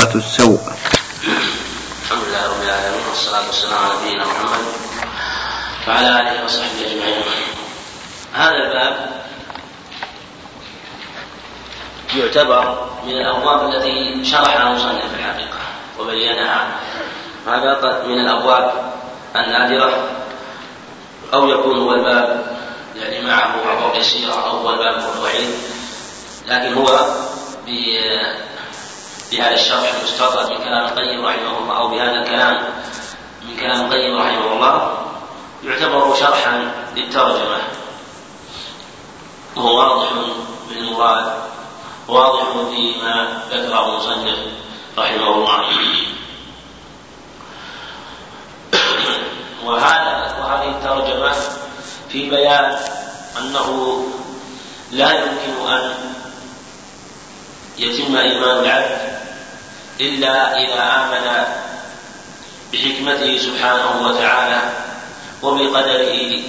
صفات السوء. الحمد لله رب العالمين، والصلاة والسلام على نبينا محمد وعلى آله وصحبه أجمعين. هذا الباب يعتبر من الأبواب التي شرحها المصنف في الحقيقة وبينها. هذا من الأبواب النادرة، أو يكون هو الباب يعني معه أبواب يسيرة، أو هو الباب الوحيد، لكن هو بهذا الشرح المستطرد من كلام القيم رحمه الله، أو بهذا الكلام من كلام القيم رحمه الله، يعتبر شرحا للترجمة، وهو واضح بالمراد، واضح فيما ذكره المصنف رحمه الله. وهذه الترجمة في بيان أنه لا يمكن أن يتم إيمان العبد إلا إذا آمن بحكمته سبحانه وتعالى وبقدره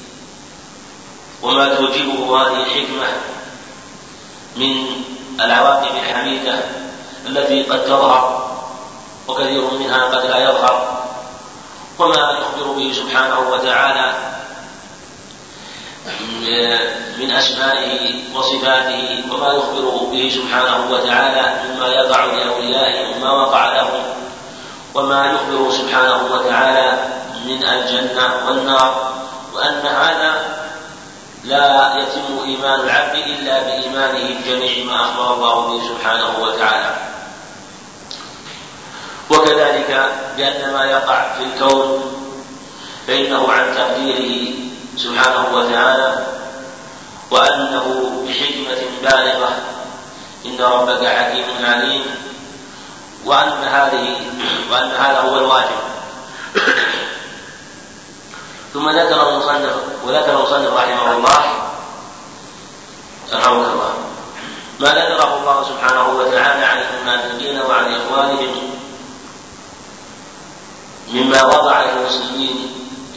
وما توجبه هذه الحكمة من العواقب الحميدة التي قد تظهر وكثير منها قد لا يظهر، وما يخبر به سبحانه وتعالى من أسمائه وصفاته، وما يخبر به سبحانه وتعالى مما يقع لأوليائه وما وقع لهم، وما يخبر سبحانه وتعالى من الجنة والنار، وأن هذا لا يتم إيمان العبد إلا بإيمانه بجميع ما أخبر الله به سبحانه وتعالى. وكذلك بأن ما يقع في الكون فإنه عن تقديره سبحانه وتعالى، وأنه بحكمة بالغة، إن ربك حكيم عليم، وأن هذا هو الواجب. ثم ذكر المصنف رحمه الله ما ذكره الله سبحانه وتعالى عن المنافقين وعن إخوانهم مما وضع المسلمين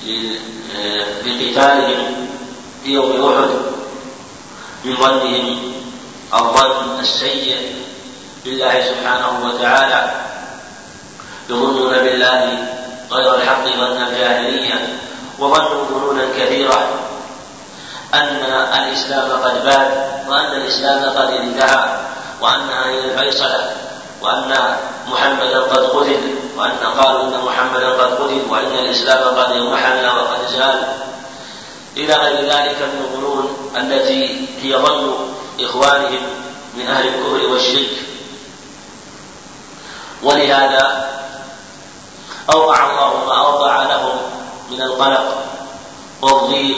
لقتالهم في يوم أحد من ظنهم الظن السيء بالله سبحانه وتعالى، يظنون بالله غير الحق ظن الجاهلية، وظنوا ظنونا كثيرة أن الإسلام قد باد، وأن الإسلام قد انتهى، وأنها هي الفيصلة، وأن محمدا قد قتل، وأن قالوا إن محمدا قد قتل، وإن الإسلام قد انمحل وقد زال، إلى غير ذلك من الظنون التي هي ظن إخوانهم من أهل الكفر والشرك. ولهذا أوقع الله ما أوقع لهم من القلق والضيق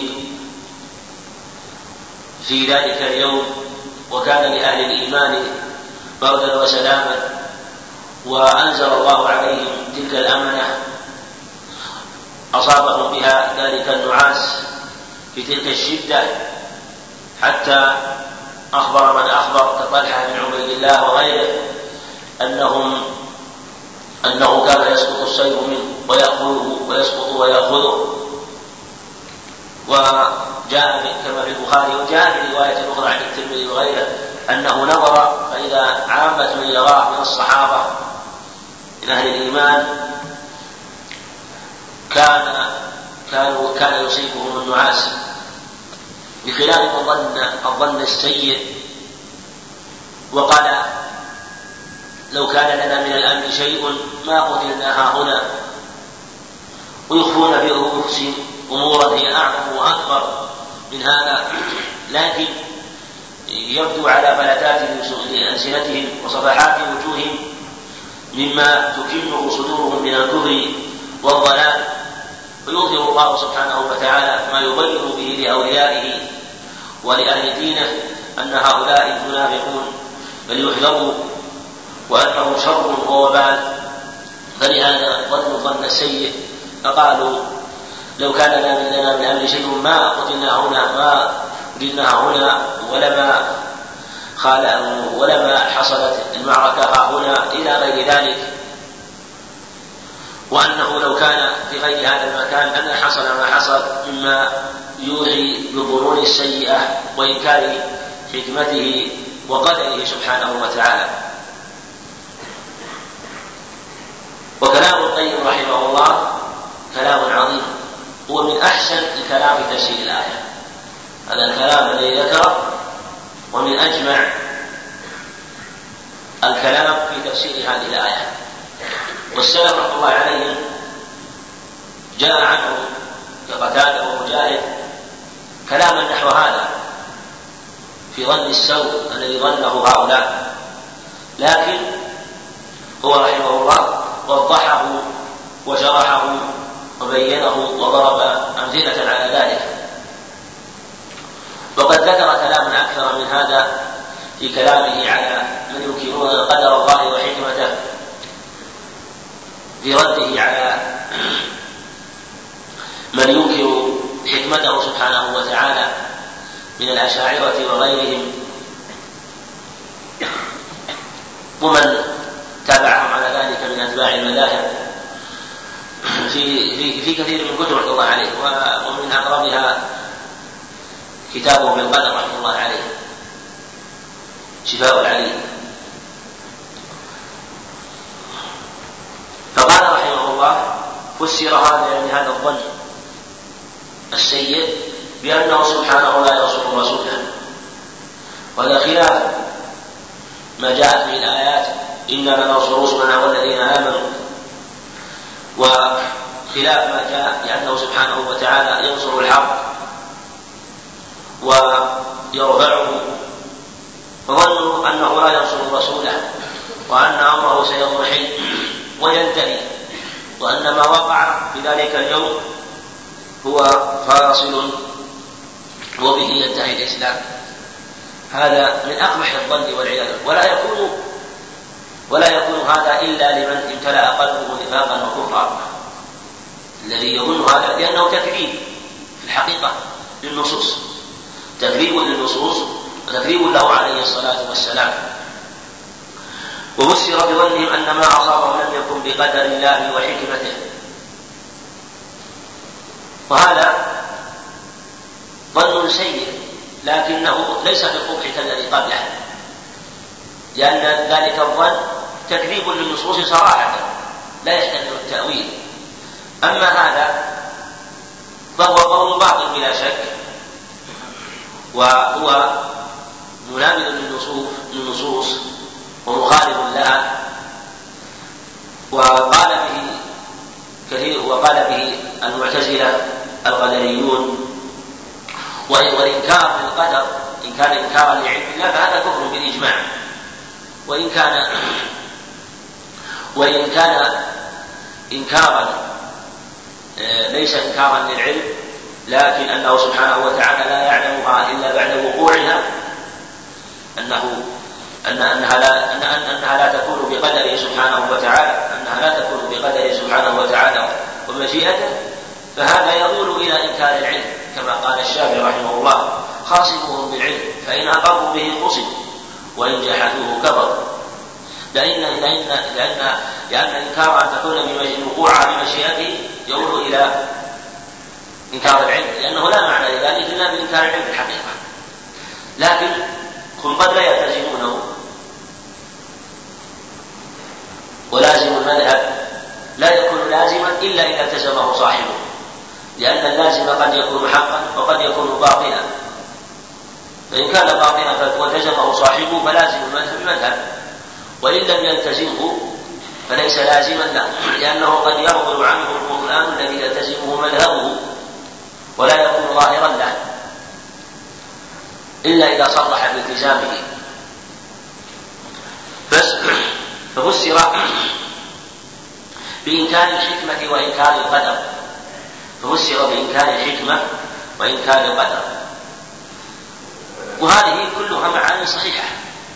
في ذلك اليوم، وكان لأهل الإيمان بردا وسلاما، وأنزل الله عليهم تلك الأمنة، أصابهم بها ذلك النعاس في تلك الشدة، حتى أخبر من أخبر كطلحة بن عبيد الله وغيره أنه كان يسقط السيف منه ويأخذه ويسقط ويأخذه. وجاء كما في البخاري، وجاء في رواية أخرى عن الترمذي وغيره أنه نظر فإذا عامة من يراه من الصحابة من أهل الإيمان كان يصيبهم النعاس، بخلاف الظن السيء. وقال لو كان لنا من الأمر شيء ما قتلنا هنا، ويخفون في أنفسهم أمورا هي أعظم وأكبر من هذا، لكن يبدو على فلتات لألسنتهم وصفحات وجوههم مما تكنه صدورهم من الكفر والضلال، ويظهر الله سبحانه وتعالى ما يبين به لأوليائه ولأهل دينه أن هؤلاء المنافقون فليحذروا وأنهم شر ووبال. فلهذا ظنوا الظن السيء، فقالوا لو كان لنا من أمر شيء ما قتلنا هنا، ما وجدنا هنا، ولما حصلت المعركة هنا، إلى غير ذلك. وأنه لو كان في غير هذا المكان أن حصل ما حصل مما يوحي بالظنون السيئة وإنكار حكمته وقدره سبحانه وتعالى. الله كلام عظيم، هو من أحسن الكلام في تفسير الآية. هذا الكلام الذي ذكره ومن أجمع الكلام في تفسير هذه الآية. والسلف رحمه الله عليهم جاء عنه كقتادة ومجاهد كلاما نحو هذا في ظن السوء الذي ظنه هؤلاء، لكن هو رحمه الله وضحه وشرحه وبينه وضرب أمثلة على ذلك. وقد ذكر كلاما أكثر من هذا في كلامه على من ينكرون قدر الله وحكمته في رده على من ينكر حكمته سبحانه وتعالى من الأشاعرة وغيرهم ومن تابعهم على ذلك من أتباع المذاهب في كثير من كتب رحمه الله عليه، ومن أقربها كتابه بالقدر رحمه الله عليه شفاء العليل. فقال رحمه الله فسر هذا الظن السيء بأنه سبحانه لا يرسل رسولا، وهذا خلاف ما جاءت من الآيات إنا لننصر رسلنا والذين آمنوا، وخلاف ما جاء بأنه سبحانه وتعالى ينصر الحق ويرفعه، فظنوا أنه لا ينصر رسوله وأن أمره سيضمحل وينتهي، وأن ما وقع في ذلك اليوم هو فاصل وبه ينتهي الإسلام. هذا من أقبح الظن والعياذ، ولا يكون هذا إلا لمن امتلأ قلبه نفاقا وكفرا، الذي يظن هذا لأنه تكذيب في الحقيقة للنصوص، تكذيب للنصوص وتكذيب له عليه الصلاة والسلام. وفسر بظنهم أن ما أصابهم لم يكن بقدر الله وحكمته، وهذا ظن سيء لكنه ليس بالقبح كالذي قبله، لأن ذلك الظن تكذيب للنصوص صراحة لا يحتمل التأويل. أما هذا فهو قول باطل بلا شك، وهو منابذ للنصوص ومخالف لها، وقال به المعتزلة القدريون. والإنكار للقدر إن كان إنكارا لعلم الله فهذا كفر بالإجماع، وإن كان إنكارا ليس إنكارا للعلم، لكن أنه سبحانه وتعالى لا يعلمها إلا بعد وقوعها، أنها لا تكون بقدره سبحانه وتعالى ومشيئته، فهذا يؤول إلى إنكار العلم كما قال الشافعي رحمه الله خاصموهم بالعلم فإن أقروا به قصد وإن جحدوه كبر، لأن إنكار أن تكون وقوعها بمشيئته يؤول إلى إنكار العلم، لأنه لا معنى لذلك إلا بإنكار العلم الحقيقة. لكن هم قد لا يلتزمونه، ولازم المذهب لا يكون لازما إلا إذا التزمه صاحبه، لأن اللازم قد يكون حقا وقد يكون باطلا، فإن كان باطلا والتزمه صاحبه فلازم المذهب، وإن لم يلتزمه فليس لازما له، لأنه قد يغفل عنه القرآن الذي يلتزمه مذهبه ولا يكون ظاهرا له إلا إذا صرح بالتزامه. ففسر بإنكار الحكمة وإنكار القدر، وهذه كلها معاني صحيحة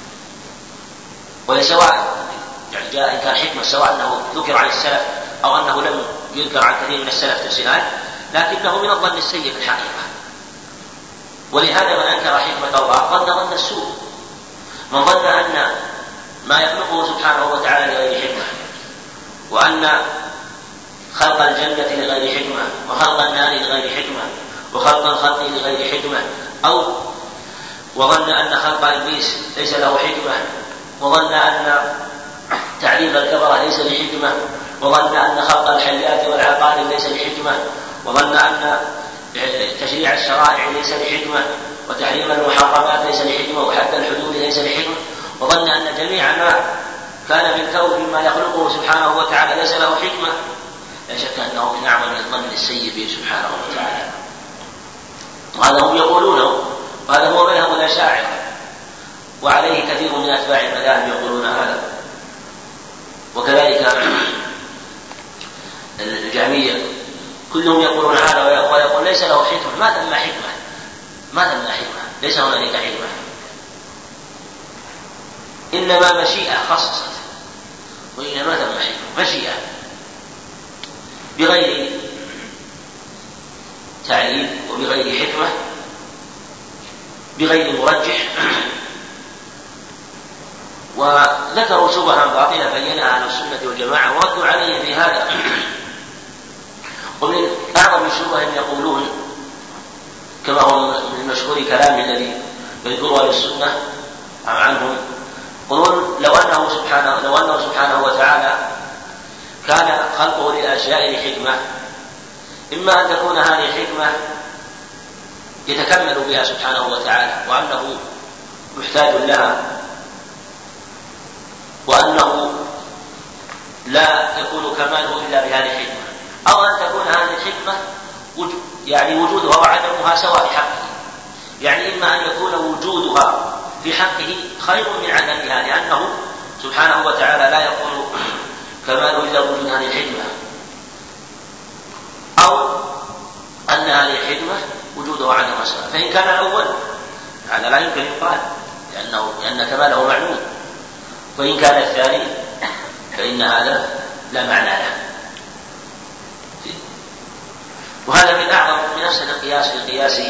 وليس واحد، يعني جاء إنكار حكمة سواء أنه ذكر عن السلف أو أنه لم يذكر عن كثير من السلف تفسيرات، لكنه من الظن السيء في الحقيقة. ولهذا من أنكر حكمة الله ظن السوء، من ظن أن ما يخلقه سبحانه وتعالى لغير حكمة، وأن خلق الجنة لغير حكمة وخلق النار لغير حكمة وخلق الخلق لغير حكمة، أو وظن أن خلق إبليس ليس له حكمة، وظن أن تعليم الكبرى ليس لحكمة، وظن أن خلق الحيات والعقارب ليس لحكمة، وظن أن تشريع الشرائع ليس لحكمة، وتحريم المحرمات ليس لحكمة، وحد الحدود ليس لحكمة، وظن أن جميع ما كان في الكون مما يخلقه سبحانه وتعالى ليس له حكمة، لا شك أنه من أعظم الظن السيء به سبحانه وتعالى. وهذا هم يقولونه، وهذا هو مذهب الأشاعرة، وعليه كثير من أتباع المذاهب يقولون هذا. وكذلك الجهمية كلهم يقولون هذا، ويقول ليس له حكمة. ما ثم حكمة، ما ثم حكمة، ليس هنالك حكمة، إنما مشيئة خصصت، وإنما ثم حكمة، مشيئة بغير تعليل وبغير حكمة، بغير مرجح. وذكروا شبها باطلة بينها أهل السنة والجماعة وردوا عليه في هذا. ومن أعظم الشبه يقولون كما هو من مشهور كلام الذي يذكره أهل السنة عنهم، يقولون لو أنه سبحانه وتعالى كان خلقه للأشياء لحكمة، إما أن تكون هذه الحكمة يتكمل بها سبحانه وتعالى وأنه محتاج لها، وأنه لا يكون كماله إلا بهذه الحكمة، أو أن تكون هذه الحكمة يعني وجودها وعدمها سواء في حقه، يعني إما أن يكون وجودها في حقه خير من عدمها، لأنه سبحانه وتعالى لا يكون كماله إلا وجود هذه الحكمة، أو أن هذه الحكمة وجودها وعدمها سواء. فإن كان الأول هذا لا يمكن يقال لأن كماله معلوم، وإن كان الثاني فإن هذا لا معنى له. وهذا من أعظم من أحسن القياس في قياس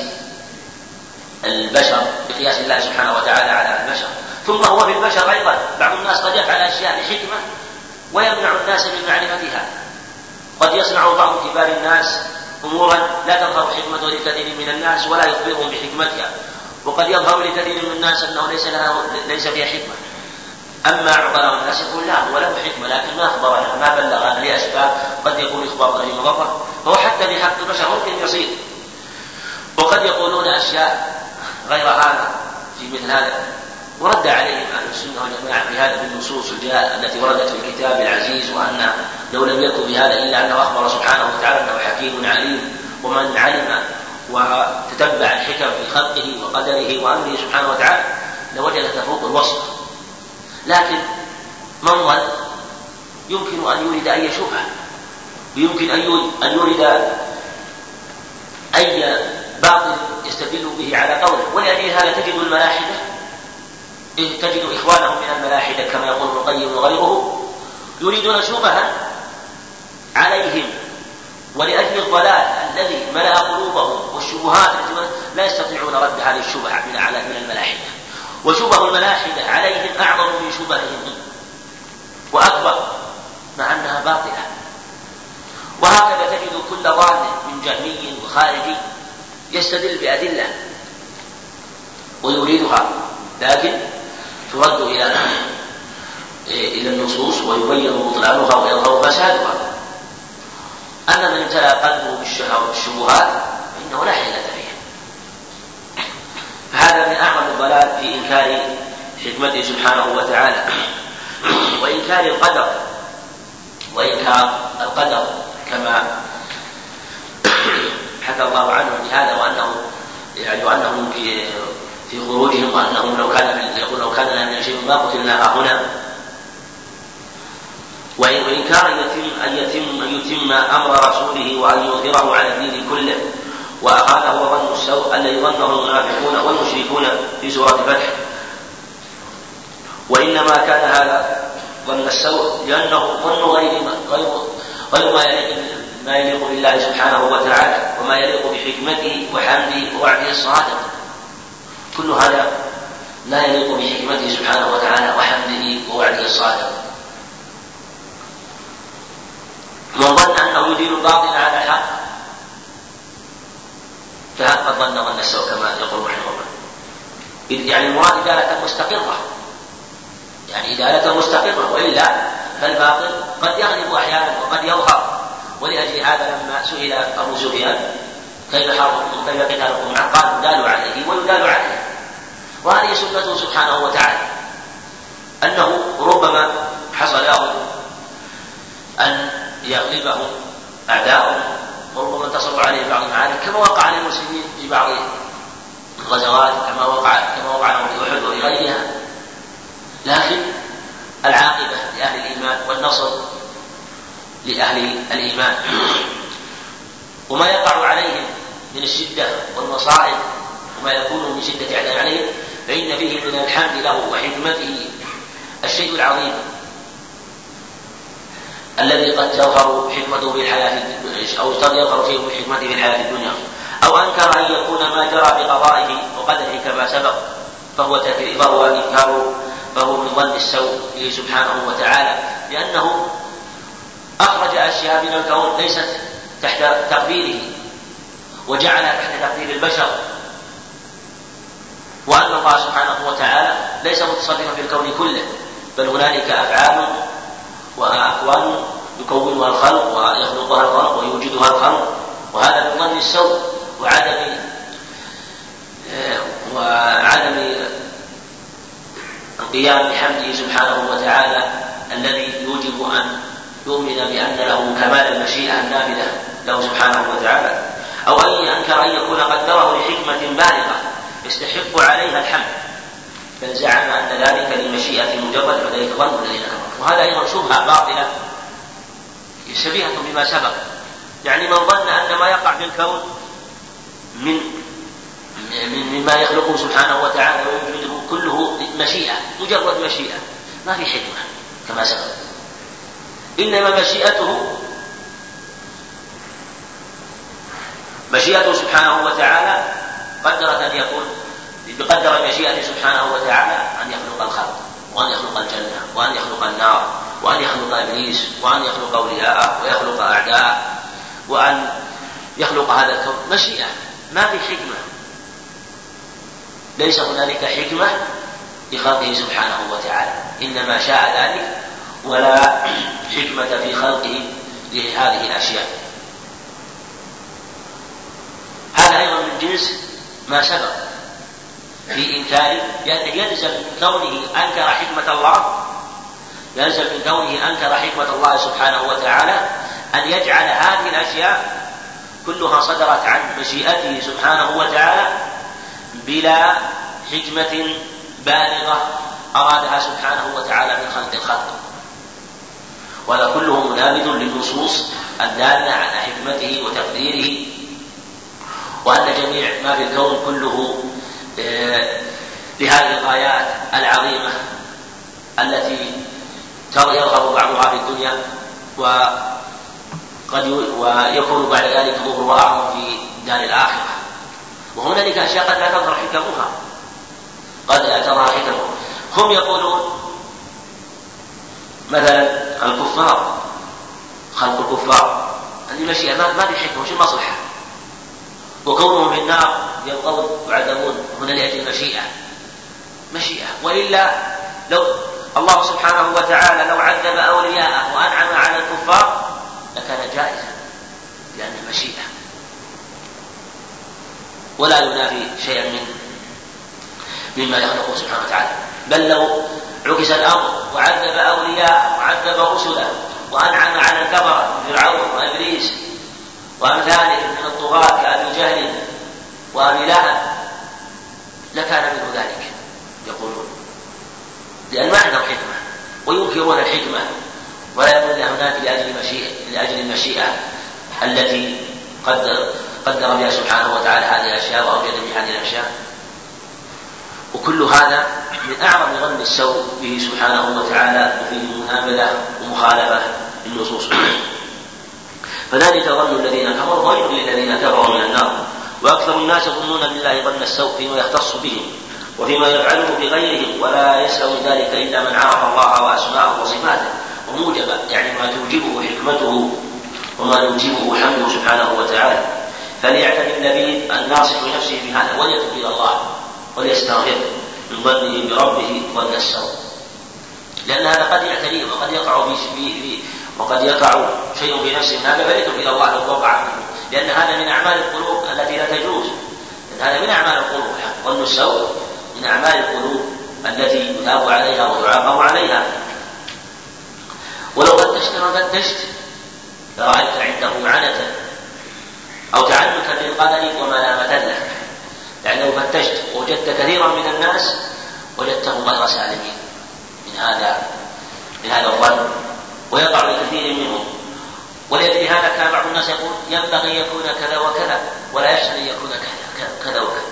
البشر بقياس الله سبحانه وتعالى على البشر. ثم هو في البشر أيضا بعض الناس قد يفعل أشياء لحكمة ويمنع الناس من معرفتها. قد يصنع بعض كبار الناس أمورا لا تظهر حكمته لكثير من الناس ولا يخبرهم بحكمتها، وقد يظهر لكثير من الناس أنه ليس فيها حكمة. أما عقلاء الناس يقول لا هو له حكمة لكن ما أخبرنا ما بلغنا لأسباب قد يكون إخبار غير مضرة، فهو حتى في حق البشر ممكن يصير. وقد يقولون أشياء غير هذا في مثل هذا، ورد عليهم أهل السنة والجماعة في هذا بالنصوص التي وردت في الكتاب العزيز، وأن لو لم يكن في هذا إلا أنه أخبر سبحانه وتعالى أنه حكيم عليم، ومن علم وتتبع الحكم في خلقه وقدره وأمره سبحانه وتعالى لوجد تفوق الوصف. لكن من ظن يمكن أن يورد أي شبهة، ويمكن أن يورد أي باطل يستدل به على قوله. ولأجل هذا تجد إخوانهم من الملاحدة كما يقول ابن القيم وغيره يريدون شبها عليهم، ولأجل الضلال الذي ملأ قلوبهم والشبهات لا يستطيعون رد هذه الشبهة من الملاحدة. وشبه الملاحدة عليهم أعظم من شبههم وأكبر مع أنها باطلة. وهكذا تجد كل ضال من جهمي وخارجي يستدل بأدلة ويريدها، لكن ترد إلى النصوص ويبين بطلانها ويظهر فسادها. أما من امتلأ قلبه بالشبهات فإنه لا حيلة فيه. فهذا من أعظم الضلال في إنكار حكمته سبحانه وتعالى وإنكار القدر كما حكى الله عنهم بهذا، وأنهم في خروجهم وأنهم لو كان لنا شيء ما قتلنا هنا. وإنكار أن يتم أمر رسوله وأن يظهره على الدين كله. وهذا هو ظن السوء الذي ظنه المنافقون والمشركون في سورة الفتح. وإنما كان هذا ظن السوء لأنه ظن غير ما يليق بالله سبحانه وتعالى وما يليق بحكمته وحمده ووعده الصادق. كل هذا لا يليق بحكمته سبحانه وتعالى وحمده ووعده الصادق. من ظن أنه يدين الباطل على الحق فقد ظن السوء كما يقول رحمه الله. يعني المراد إدالة مستقرة، وإلا فالباطل قد يغلب أحيانا ولأجل هذا لما سئل أبو سفيان كيف حربكم كيف قتالكم معه قال يدال عليه ويدال عليه. وهذه سنته سبحانه وتعالى أنه ربما حصل له أن يغلبه أعداؤه وربما انتصروا عليه بعض المعارك كما وقع للمسلمين في بعض الغزوات كما وقع لهم في أحد وغيرها. لكن العاقبة لأهل الإيمان والنصر لأهل الإيمان. وما يقع عليهم من الشدة والمصائب وما يكون من شدة عذاب عليهم فإن فيه من الحمد له وحكمته الشيء العظيم الذي قد تظهر حكمته في الحياة أو قد يظهر فيه حكمته في الحياة الدنيا. أو أنكر أن يكون ما جرى بقضائه وقدره كما سبق فهو من ظن السوء به سبحانه وتعالى لأنه أخرج أشياء من الكون ليست تحت تقديره وجعلها تحت تقدير البشر، وأن الله سبحانه وتعالى ليس متصرفا في الكون كله بل هنالك أفعال وأكوان يكونها الخلق ويخلقها الخلق ويوجدها الخلق، وهذا من ظن السوء وعدم القيام بحمده سبحانه وتعالى الذي يوجب أن يؤمن بأن له كمال المشيئة النافذة له سبحانه وتعالى. أو أن أنكر أن يكون قدره لحكمة بالغة يستحق عليها الحمد بل زعم أن ذلك لمشيئة مجرد وذلك ظن الذين كفروا. وهذا أيضا شبهة باطلة شبيهة بما سبق، يعني من ظن أن ما يقع في الكون مما يخلقه سبحانه وتعالى ويوجده كله مشيئة مجرد مشيئة ما في حكمة كما سبق، إنما مشيئته سبحانه وتعالى قدرت أن يكون بقدر مشيئته سبحانه وتعالى أن يخلق الخلق وأن يخلق الجنة وأن يخلق النار وأن يخلق إبليس وأن يخلق أولياءه ويخلق أعداءه وأن يخلق هذا الكون مشيئة ما في حكمة. ليس هنالك حكمة لخلقه سبحانه وتعالى إنما شاء ذلك ولا حكمة في خلقه لهذه الأشياء. هذا أيضا من جنس ما سبق في إنكاره لأنه يلزم من كونه أنكر حكمة الله سبحانه وتعالى أن يجعل هذه الأشياء كلها صدرت عن مشيئته سبحانه وتعالى بلا حكمة بالغة أرادها سبحانه وتعالى من خلق الخلق. وهذا كله منابذ للنصوص الدالة على حكمته وتقديره وأن جميع ما في الكون كله لهذه الغايات العظيمة التي يرغب بعضها في الدنيا ويكون بعد ذلك ظهور أعظم في دار الآخرة. وهنالك أشياء قد لا تظهر حكمها هم يقولون مثلا الكفار خلق الكفار المشيئة ما في حكمة وش المصلحة، وكونهم في النار يبقون يعذبون هنا لأجل مشيئة. وإلا لو الله سبحانه وتعالى لو عذب أولياءه وأنعم على الكفار لكان جائزا لأن مشيئة ولا ينافي شيئا مما يخلقه سبحانه وتعالى. بل لو عكس الأمر وعذب أولياءه وعذب رسله وأنعم على الكفرة فرعون وإبليس وأمثالهم من الطغاة كأبي جهل وأبي لهب لكان منه ذلك يقولون، لأن ما عندهم حكمة وينكرون الحكمة ولا يقولون هناك لأجل المشيئة التي قدر بها سبحانه وتعالى هذه الأشياء وأوجد بهذه الأشياء. وكل هذا من أعظم ظن السوء به سبحانه وتعالى وفيه منابذة ومخالفة للنصوص. فذلك ظن الذين كفروا غير للذين كفروا من النار. وأكثر الناس يظنون بالله ظن السوء فيما يختص بهم وفيما يفعله بغيرهم ولا يسلم ذلك إلا من عرف الله وأسماءه وصفاته وموجبه يعني ما توجبه حكمته وما يوجبه حمده سبحانه وتعالى. فليعتني النبي الناصح لنفسه بهذا وليتوب إلى الله وليستغفر من ظنه بربه ظن السوء، لأن هذا قد يعتنيه وقد يقع شيء في نفس النابغة فليتب إلى الله لو وقع منه، لأن هذا من أعمال القلوب التي لا تجوز، لأن هذا من أعمال القلوب، ظن السوء من أعمال القلوب التي يثاب عليها ويعاقب عليها. ولو فتشت لرأيت عنده عنة أو تعنتا للقدر وملامة له، يعني لو فتشت ووجدت كثيرا من الناس وجدتهم غير سالمين من هذا الظن، ويقع لكثير منهم. ولأجل هذا كان بعض الناس يقول ينبغي أن يكون كذا وكذا ولا يحسن أن يكون كذا وكذا،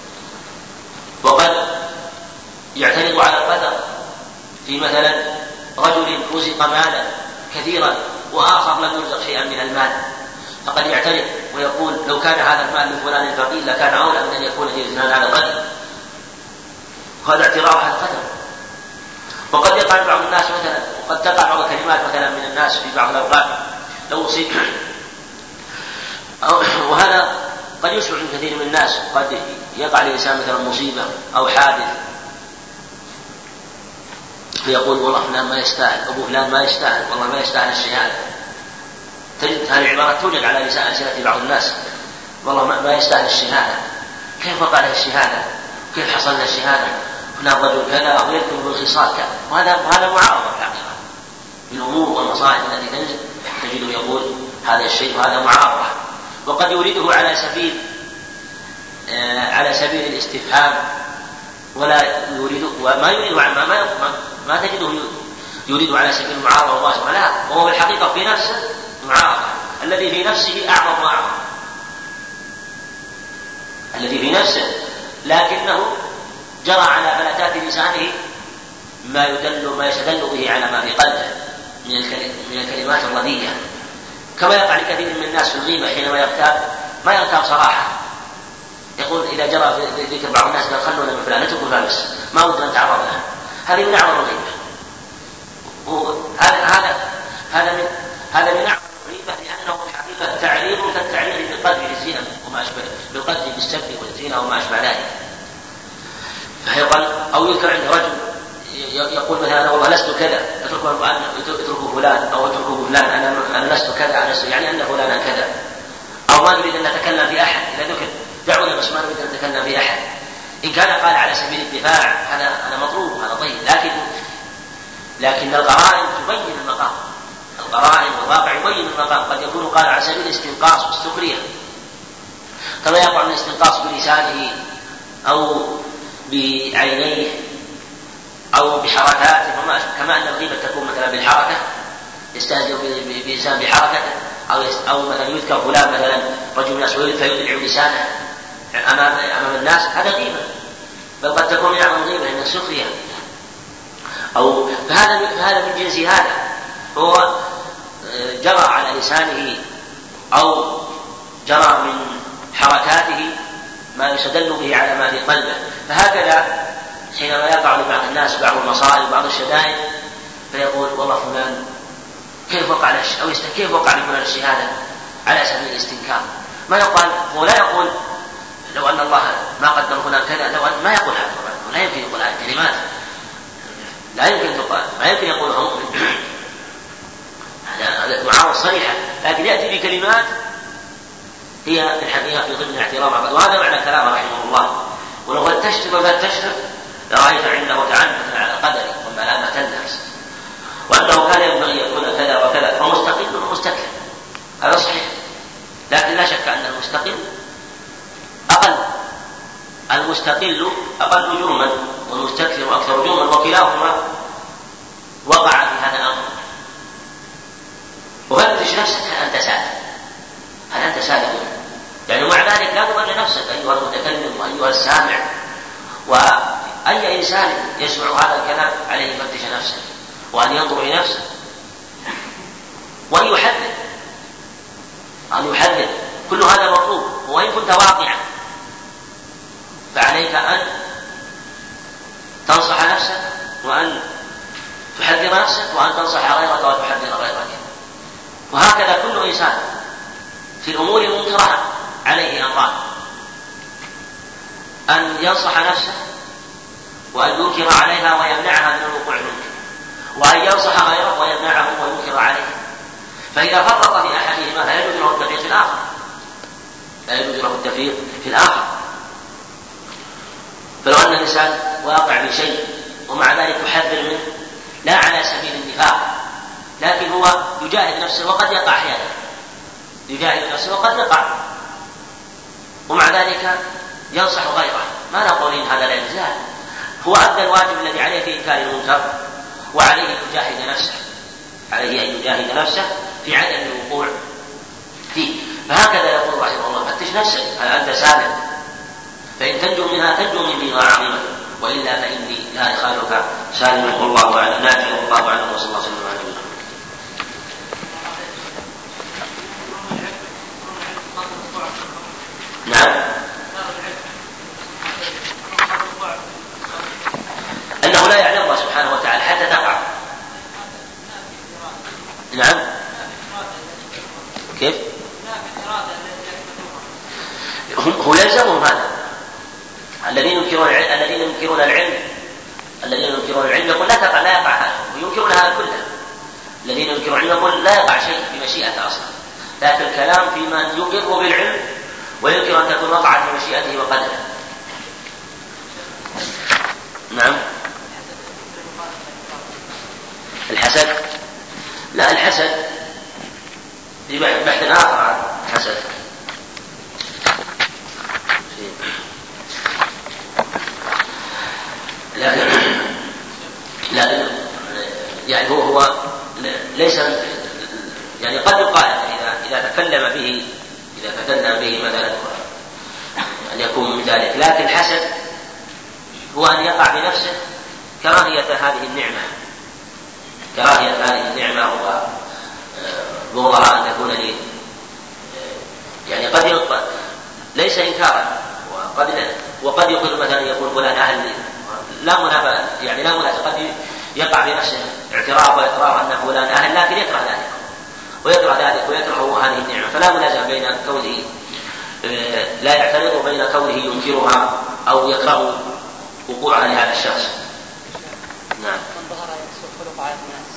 وقد يعترض على القدر في مثلا رجل رزق مالا كثيرا وآخر لم يرزق شيئا من المال، فقد يعترض ويقول لو كان هذا المال لفلان الفقير لكان أولى من أن يكون لإذنان على القدر، وهذا اعتراض على القدر. وقد يقع بعض الناس مثلا، وقد تقع بعض الكلمات مثلا من الناس في بعض الأوقات لو أصيب، وهذا قد يشعر من كثير من الناس، قد يقع لإنسان مثلا مصيبة أو حادث فيقول والله فلان ما يستاهل، أبو فلان ما يستاهل، والله ما يستاهل الشهادة. تجد هذه العبارات توجد على لسان ألسنة بعض الناس، والله ما يستاهل الشهادة، كيف وقع له الشهادة، كيف حصل له الشهادة، فلان رجل كذا ويذكر بالخصال كذا. وهذا معارضة الحقيقة بالأمور والمصائب التي تنزل، تجده يقول هذا الشيء وهذا معارضة، وقد يريده على سبيل الاستفهام، ولا يريد وما يريد ما تجده يريد على سبيل المعارضة مباشرة، لا، وهو بالحقيقة في نفسه معارضة، الذي في نفسه أعظم معارضة، الذي في نفسه، لكنه جرى على فلتات لسانه ما يستدل به على ما في قلبه من الكلمات الرديئة، كما يقع لكثير من الناس في الغيبة حينما ما يغتاب صراحة، يقول إذا جرى في ذكر بعض الناس قال خلونا من فلان نتركوا فلان بس ما ودنا نتعرض له، هذه من أعظم الغيبة، هذا من أعظم الغيبة، لأنه حقيقة تعريض كالتعريض بالقذف للزنا وما أشبه، بالقذف بالسب والزنا وما أشبه ذلك. فيقال أو يذكر عند رجل يقول مثلا أنا والله لست كذا، اتركوا فلان أو اتركوا فلان، أنا لست كذا، أنا يعني أن فلانا كذا، أو ما نريد أن نتكلم في أحد، إذا ذكر دعونا بس ما نريد أن نتكلم في أحد. إن كان قال على سبيل الدفاع هذا مطلوب وهذا طيب، لكن القرائن تبين المقام، القرائن والواقع يبين المقام. قد يكون قال على سبيل الاستنقاص والسخرية، كما يقع من الاستنقاص بلسانه أو بعينيه أو بحركاته، كما أن الغيبة تكون مثلا بالحركة، يستهزئ بإنسان بحركته، أو مثلا يذكر فلان مثلا رجل الناس فيدلع لسانه أمام الناس، هذا غيبة، بل قد تكون من أعظم الغيبة إنها سخرية، فهذا من جنس هذا، هو جرى على لسانه أو جرى من حركاته ما يستدل به على ما في قلبه. فهكذا حينما يقع لبعض الناس بعض المصائب بعض الشدائد فيقول والله فلان كيف وقع لفلان الشهادة على سبيل الاستنكار، ما يقال، هو لا يقول لو أن الله ما قدر فلان كذا، لو أن ما يقول هذا، لا يمكن يقول هذه الكلمات، لا يمكن تقال، ما يمكن يقولها مؤمن، هذا معارضة صريحة، لكن يأتي بكلمات هي في الحقيقة في ضمن اعتراض، وهذا معنى كلام رحمه الله. ولو فتشت لرأيت عنده تعنتا على القدر وملامة الناس، وأنه كان ينبغي يكون كذا وكذا، فمستقل ومستكثر، هذا صحيح، لكن لا شك أن المستقل أقل جرما والمستكثر أكثر جرما، وكلاهما وقع في هذا الأمر. وفتش نفسك هل أنت سالك، يعني مع ذلك لا تضل نفسك أيها المتكلم وأيها السامع، وأي إنسان يسمع هذا الكلام عليه يفتش نفسه وأن ينظر لنفسه وأن يحذر، كل هذا مطلوب. وإن كنت واقعا فعليك أن تنصح نفسك وأن تحذر نفسك وأن تنصح غيرك وتحذر غيرك. وهكذا كل إنسان في الأمور المنكرة عليه أمران: أن ينصح نفسه وأن ينكر عليها ويمنعها من الوقوع المنكر، وأن ينصح غيره ويمنعه وينكر عليه. فإذا فرط في أحدهما لا يجوز له التفريط في الآخر، لا يجوز له التفريط في الآخر. فلو أن الإنسان واقع بشيء ومع ذلك يحذر منه لا على سبيل النفاق، لكن هو يجاهد نفسه وقد يقع أحيانا، يجاهد نفسه وقد يقع، ومع ذلك ينصح غيره، ما نقول إن هذا لا يجوز، هو أدى الواجب الذي عليه في إنكار المنكر، وعليه أن يجاهد نفسه، عليه أن يجاهد نفسه في عدم الوقوع فيه. فهكذا يقول رحمه الله: فتش نفسك هل أنت سالم، فإن تنجو منها تنجو من بيضاء عظيمة، وإلا فإني لا أخالك سالم. والله أعلم. نافع والله أعلم. وصلى الله وسلم على نبينا. نعم، أنه لا يعلم الله سبحانه وتعالى حتى تقع. نعم، كيف؟ هو يلزمهم هذا. الذين ينكرون العلم يقول لا يقع هذا، وينكرون هذا كله. الذين ينكرون العلم يقول لا يقع شيء في مشيئته أصلا، لكن الكلام في من يقر بالعلم وينكر أن تكون وقعت في مشيئته وقدره. نعم. الحسد، لا، الحسد بحث آخر عن الحسد. لا يعني هو ليس يعني قد يقال إذا تكلم به مثلا أن يكون من ذلك، لكن الحسد هو أن يقع بنفسه كراهية هذه النعمة وبغضها أن تكون لي، يعني قد يقبل ليس إنكارا، وقد يقول مثلا يقول فلان أهل لا منافاة، يعني لا منافاة، قد يقع بنفسه اعتراف وإقرار أن فلان أهل، لكن يكره ذلك ويكره هذه النعمة، فلا منازع بين كونه لا يعترض بين كونه ينكرها أو يكره وقوعها لهذا الشخص. نعم. من ظهر سوء خلق على الناس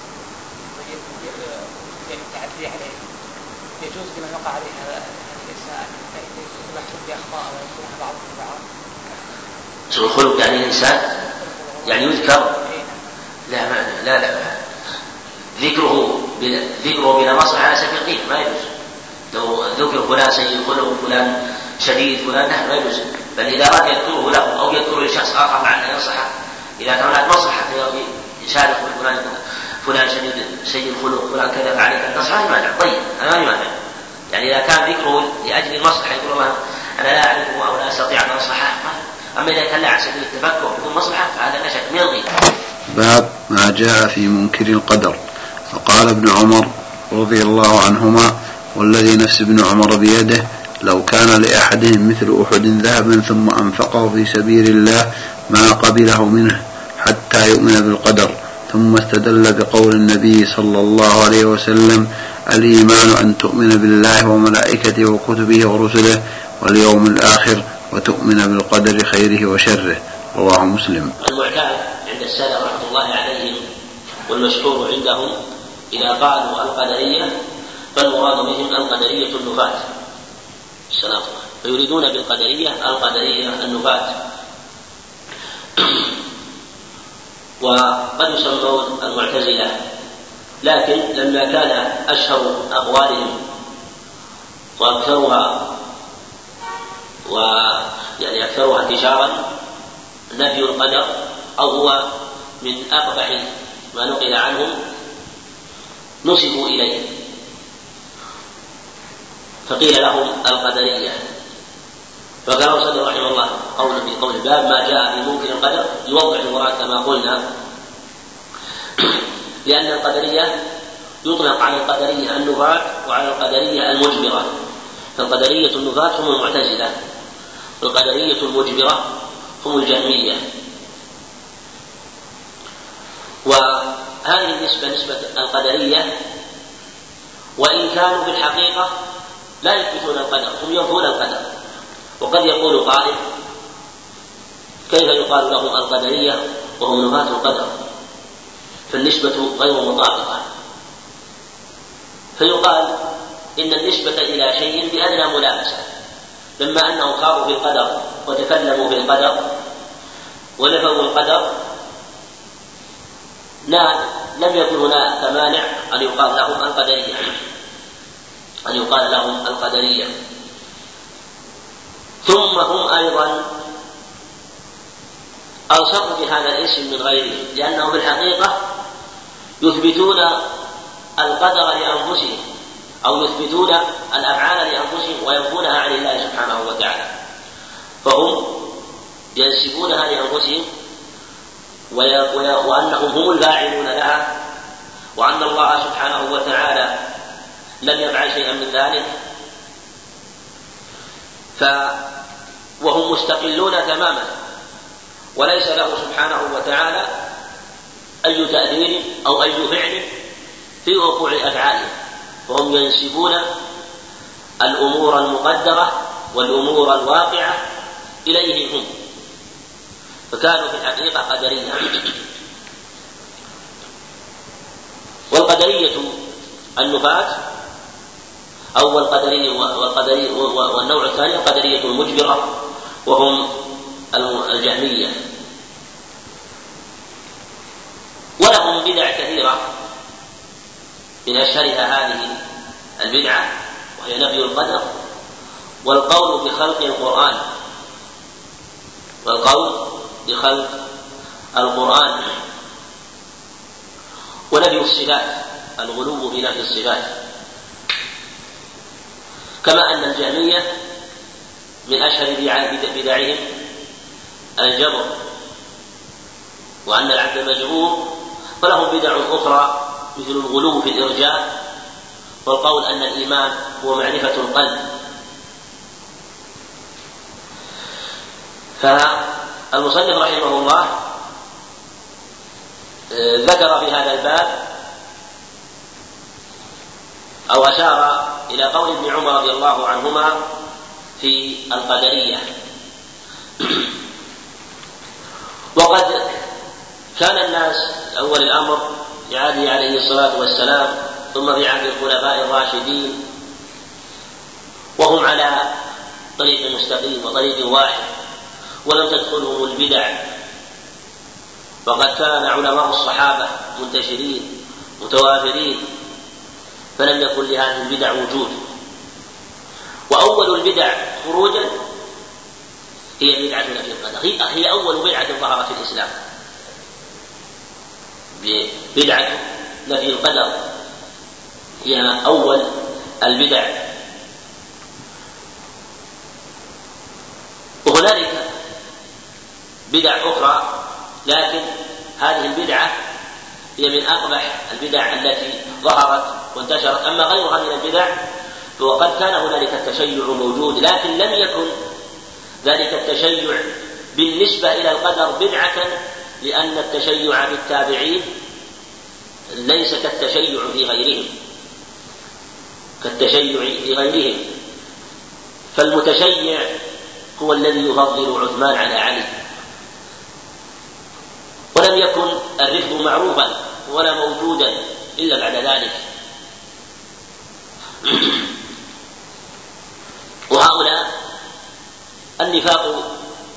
التعدي عليه، يجوز لمن وقع عليه هذا الإنسان يلاحظ بأخطاء ويكونها بعضهم بعض. سوء الخلق يعني الإنسان يعني يذكر، لا ذكره بلا مصلحة على سبيل الغيبة ما يجوز. لو ذكر فلان سيء الخلق فلان شديد فلان ما يجوز، بل إذا أراد يذكره له أو يذكره لشخص آخر مع أن ينصحه، إذا كان هناك مصلحة يشارك فلان شديد سيء الخلق فلان كذا فعليك أن تصحى لماذا؟ طيب أنا ما مانع، يعني إذا كان ذكره لأجل المصلحة يقول الله أنا لا أعرفه أو لا أستطيع أن أنصحه، أما إذا كان لا على سبيل التفكر بدون مصلحة فهذا لا شك من الغيبة. باب ما جاء في منكر القدر. فقال ابن عمر رضي الله عنهما: والذي نفس ابن عمر بيده لو كان لأحدهم مثل أحد ذهبا ثم أنفقه في سبيل الله ما قبله منه حتى يؤمن بالقدر. ثم استدل بقول النبي صلى الله عليه وسلم: الإيمان أن تؤمن بالله وملائكته وكتبه ورسله واليوم الآخر وتؤمن بالقدر خيره وشره. رواه مسلم. المعتاد عند السلف رحمة الله عليهم والمشهور عندهم إذا قالوا القدرية فالمراد بهم القدرية النفاة السلام، فيريدون بالقدرية القدرية النفاة. وقد يسمون المعتزلة، لكن لما كان أشهر أقوالهم وأكثرها ويعني أكثرها انتشارا نفي القدر، أو هو من أقبح ما نقل عنهم، نسبوا إليه فقيل لهم القدرية. فقال صدر رحمه الله قوله في قول الباب ما جاء في منكر القدر يوضح المراد كما قلنا، لأن القدرية يطلق على القدرية النفاة وعلى القدرية المجبرة. فالقدرية النفاة هم المعتزلة، والقدرية المجبرة هم الجهمية. وهذه النسبة نسبة القدرية، وإن كانوا في الحقيقة لا يثبتون القدر، هم ينفون القدر. وقد يقول قائل: كيف يقال لهم القدرية وهم نفاة القدر؟ فالنسبة غير مطابقة، فيقال إن النسبة إلى شيء بأدنى ملامسة، لما أنهم خاضوا في القدر وتكلموا في القدر ونفوا القدر لم يكن هناك مانع أن يقال لهم القدرية. ثم هم أيضا أوصفوا بهذا الاسم من غيره، لأنهم في الحقيقة يثبتون القدر لأنفسهم أو يثبتون الأفعال لأنفسهم وينفونها عن الله سبحانه وتعالى، فهم ينسبونها لأنفسهم وأنهم هم الفاعلون لها، وأن الله سبحانه وتعالى لم يفعل شيئا من ذلك، وهم مستقلون تماما، وليس له سبحانه وتعالى أي تأثير أو أي فعل في وقوع أفعاله، وهم ينسبون الأمور المقدرة والأمور الواقعة إليهم هم، فكانوا في الحقيقة قدرية. والقدرية النفاة أو والنوع الثاني القدرية المجبرة، وهم الجهمية، ولهم بدع كثيرة، من أشهرها هذه البدعة وهي نفي القدر والقول بخلق القرآن ونفي الصفات، الغلو في نفي الصفات، كما أن الجهمية من أشهر بدعهم الجبر، وأن العبد مجبور، فلهم بدع أخرى مثل الغلو في الإرجاء والقول أن الإيمان هو معرفة القلب. فالمصنف رحمه الله ذكر في هذا الباب أو أشار إلى قول ابن عمر رضي الله عنهما في القدرية. وقد كان الناس أول الأمر لعهده عليه الصلاة والسلام ثم في عهد الخلفاء الراشدين وهم على طريق مستقيم وطريق واحد، ولم تدخلهم البدع، وقد كان علماء الصحابة منتشرين متوافرين، فلم يكن لهذه البدع وجود. وأول البدع خروجا هي بدعة نفي القدر، هي أول بدعة ظهرت في الإسلام، بدعة نفي القدر هي أول البدع. وهنالك بدع أخرى، لكن هذه البدعة هي من أقبح البدع التي ظهرت وانتشرت. أما غيرها من البدع وقد كان هنالك التشيع موجود، لكن لم يكن ذلك التشيع بالنسبة إلى القدر بدعة، لأن التشيع بالتابعين ليس كالتشيع في غيرهم، فالمتشيع هو الذي يفضل عثمان على علي، ولم يكن الرفض معروفا ولا موجودا إلا بعد ذلك. وهؤلاء النفاق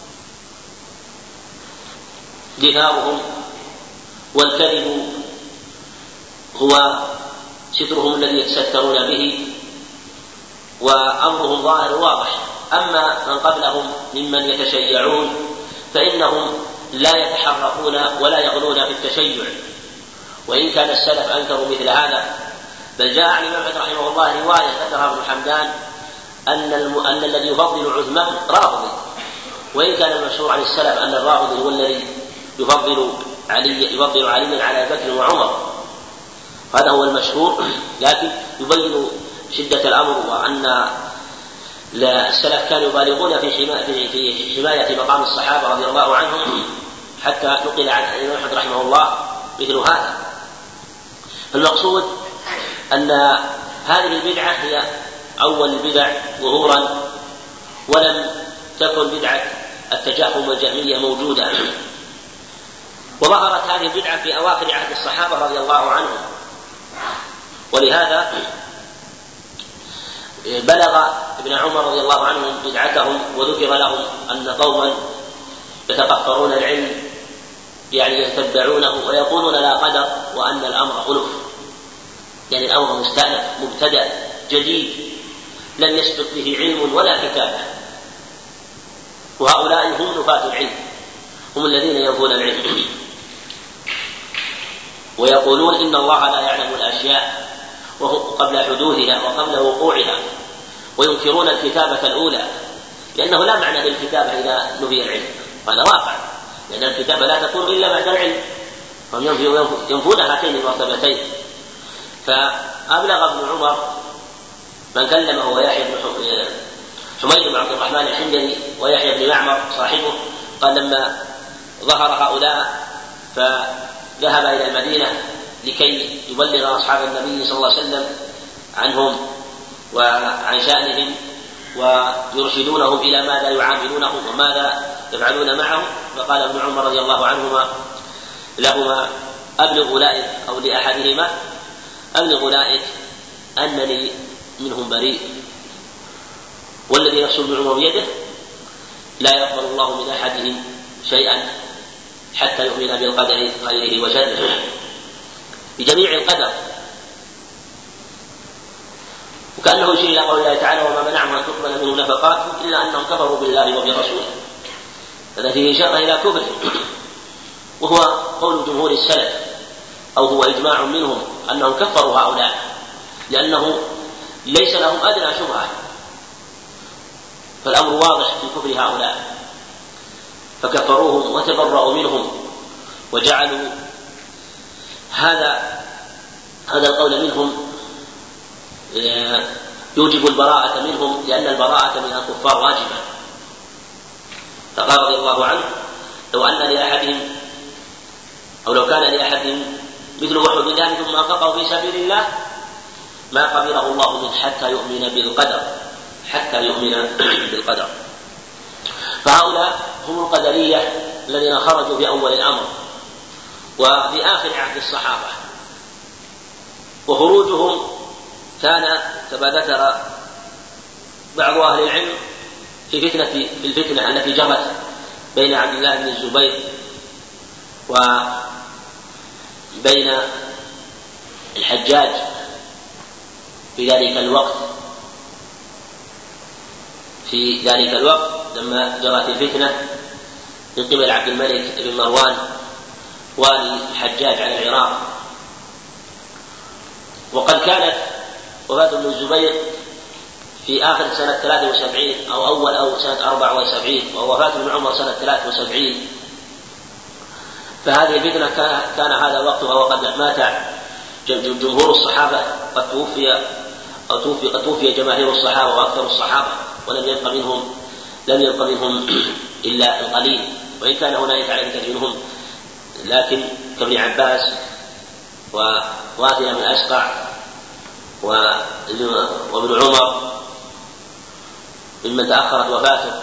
دثارهم والكذب هو سترهم الذي يتسترون به، وأمرهم ظاهر واضح. أما من قبلهم ممن يتشيعون فإنهم لا يتحرفون ولا يغلون في التشيع، وإن كان السلف أنكروا مثل هذا، بل جاء عن الإمام أحمد رحمه الله رواية ذكرها ابن حمدان أن الذي يفضل عثمان رافضي، وإن كان المشهور عن السلف أن الرافضي هو الذي يفضل علي على بكر وعمر، هذا هو المشهور، لكن يبين شدة الأمر، وأن السلف كانوا يبالغون في حماية مقام الصحابة رضي الله عنهم، حتى نقل عن الإمام أحمد رحمه الله مثل هذا. المقصود أن هذه البدعة هي أول البدع ظهورا، ولم تكن بدعة التجهم والجهمية موجودة، وظهرت هذه البدعة في أواخر عهد الصحابة رضي الله عنهم. ولهذا بلغ ابن عمر رضي الله عنهم بدعتهم، وذكر لهم أن قوما يتقفرون العلم يعني يتبعونه ويقولون لا قدر، وأن الأمر ألف، يعني الأمر مستأنف مبتدأ جديد لم يسبق به علم ولا كتابة. وهؤلاء هم نفاة العلم، هم الذين ينفون العلم ويقولون إن الله لا يعلم الأشياء قبل حدوثها وقبل وقوعها، وينكرون الكتابة الأولى، لأنه لا معنى للكتابة إذا نفي العلم، هذا واقع، لأن الكتابة لا تكون إلا بعد العلم، هم ينفون هاتين المرتبتين. فأبلغ ابن عمر من كلمه ويحيى بن حميد بن عبد الرحمن الحمداني ويحيى بن معمر صاحبه، قال لما ظهر هؤلاء فذهب إلى المدينة لكي يبلغ أصحاب النبي صلى الله عليه وسلم عنهم وعن شأنهم ويرشدونهم إلى ماذا يعاملونهم وماذا يفعلون معهم. فقال ابن عمر رضي الله عنهما لهما أبلغ أولئك أو لأحدهما أبلغ أولئك أنني منهم بريء، والذي نفس ابن عمر بيده لا يقبل الله من أحدهم شيئا حتى يؤمن بالقدر خيره وشره بجميع القدر. وكأنه يشير إلى قول الله تعالى وما منعهم أن تقبل منهم نفقاتهم إلا أنهم كفروا بالله وبرسوله، هذا فيه إشارة إلى كفر، وهو قول جمهور السلف أو هو إجماع منهم أنهم كفروا هؤلاء، لأنه ليس لهم أدنى شبهة، فالأمر واضح في كفر هؤلاء، فكفروهم وتبرأوا منهم وجعلوا هذا القول منهم يوجب البراءة منهم، لأن البراءة من الكفار واجبة. فقال رضي الله عنه لو أن لأحدهم أو لو كان لأحدهم مثل أحد ذلك ثم أنفقه في سبيل الله ما قبله الله منه حتى يؤمن بالقدر. فهؤلاء هم القدرية الذين خرجوا في أول الأمر وفي آخر عهد الصحابة، وخروجهم كان كما ذكر بعض أهل العلم في الفتنة التي جرت بين عبد الله بن الزبير وبين الحجاج في ذلك الوقت لما جرت الفتنة من قبل عبد الملك بن مروان والي الحجاج على العراق. وقد كانت وفاة ابن الزبير في آخر سنة 73 أو أول أو سنة 74، ووفاة ابن عمر سنة 73. فهذه الفتنة كان هذا وقتها وقد مات جمهور الصحابة، قد توفي جماهير الصحابة وأكثر الصحابة، ولم يبق منهم إلا القليل، وإن كان هنالك عدد منهم لكن كابن عباس وواثلة بن أسقع وابن عمر ممن تأخرت وفاته.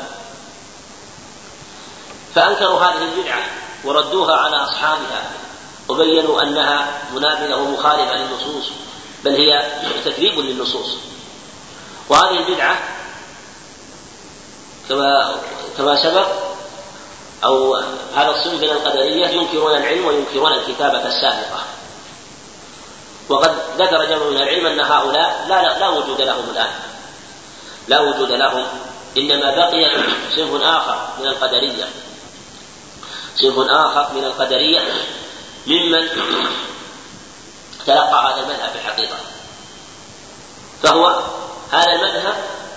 فأنكروا هذه البدعة وردوها على أصحابها وبينوا أنها منافذة ومخالفة للنصوص، بل هي تكذيب للنصوص. وهذه البدعة كما سبق أو هذا الصنف من القدرية ينكرون العلم وينكرون الكتابة السابقة. وقد ذكر جمع من العلم أن هؤلاء لا وجود لهم الآن، لا وجود لهم، إنما بقي صنف آخر من القدرية ممن تلقى هذا المذهب في الحقيقة. فهو هذا المذهب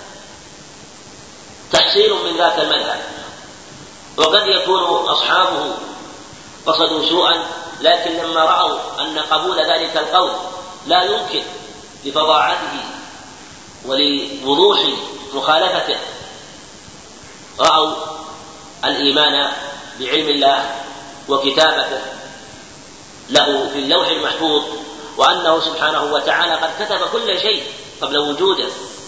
تحسين من ذاك المذهب، وقد يكون أصحابه قصدوا سوءا، لكن لما رأوا أن قبول ذلك القول لا يمكن لفظاعته ولوضوح مخالفته، رأوا الإيمان بعلم الله وكتابته له في اللوح المحفوظ، وأنه سبحانه وتعالى قد كتب كل شيء قبل وجوده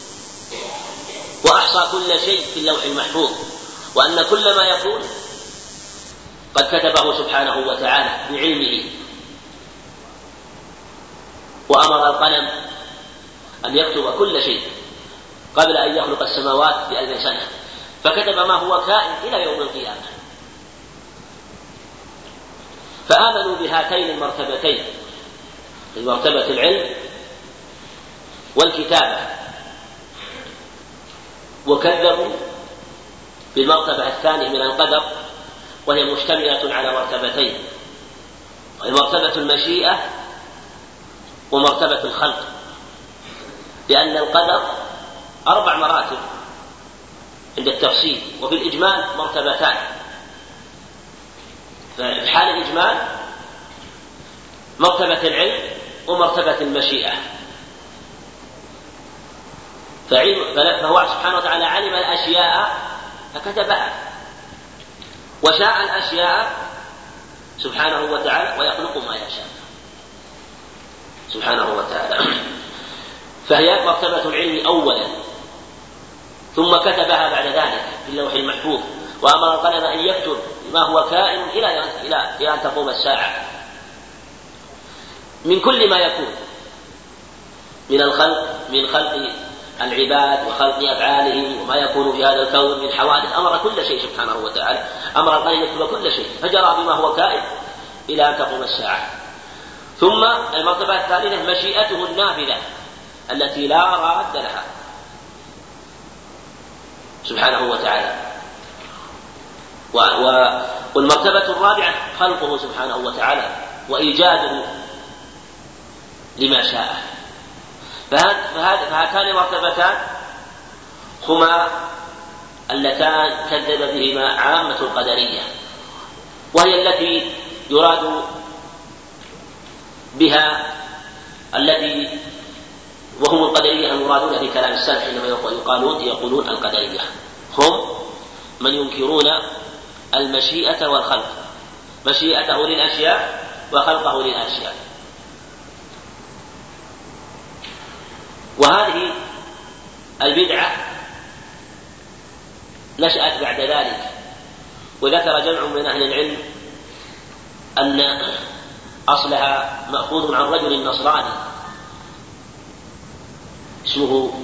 وأحصى كل شيء في اللوح المحفوظ، وأن كل ما يكون قد كتبه سبحانه وتعالى بعلمه. وأمر القلم أن يكتب كل شيء قبل أن يخلق السماوات ب1000 سنة، فكتب ما هو كائن إلى يوم القيامة. فآمنوا بهاتين المرتبتين، مرتبة العلم والكتابة، وكذبوا بالمرتبة الثانية من القدر، وهي مشتملة على مرتبتين: مرتبة المشيئة ومرتبة الخلق، لأن القدر 4 مراتب عند التفصيل، وفي الإجمال مرتبتان. ففي حال الإجمال مرتبة العلم ومرتبة المشيئة. فهو سبحانه وتعالى علم الأشياء فكتبها، وشاء الأشياء سبحانه وتعالى ويخلق ما يشاء سبحانه وتعالى. فهي مرتبة العلم أولا، ثم كتبها بعد ذلك في اللوح المحفوظ، وأمر القلم أن يكتب ما هو كائن إلى أن تقوم الساعة من كل ما يكون من الخلق، من خلق العباد وخلق أفعالهم وما يكون في هذا الكون من حوادث. أمر كل شيء سبحانه وتعالى، أمر القلم أن يكتب كل شيء، فجرى بما هو كائن إلى أن تقوم الساعة. ثم المرتبة الثالثة مشيئته النافذة التي لا راد لها سبحانه وتعالى. والمرتبة الرابعة خلقه سبحانه وتعالى وإيجاده لما شاء. فهاتان المرتبتان هما اللتان كذب بهما عامة القدرية، وهي التي يراد بها الذي وهم القدرية المرادون في كلام السلف حينما يقولون القدرية هم من ينكرون المشيئة والخلق، مشيئته للأشياء وخلقه للأشياء. وهذه البدعة نشأت بعد ذلك، وذكر جمع من أهل العلم أن أصلها مأخوذ عن رجل نصراني اسمه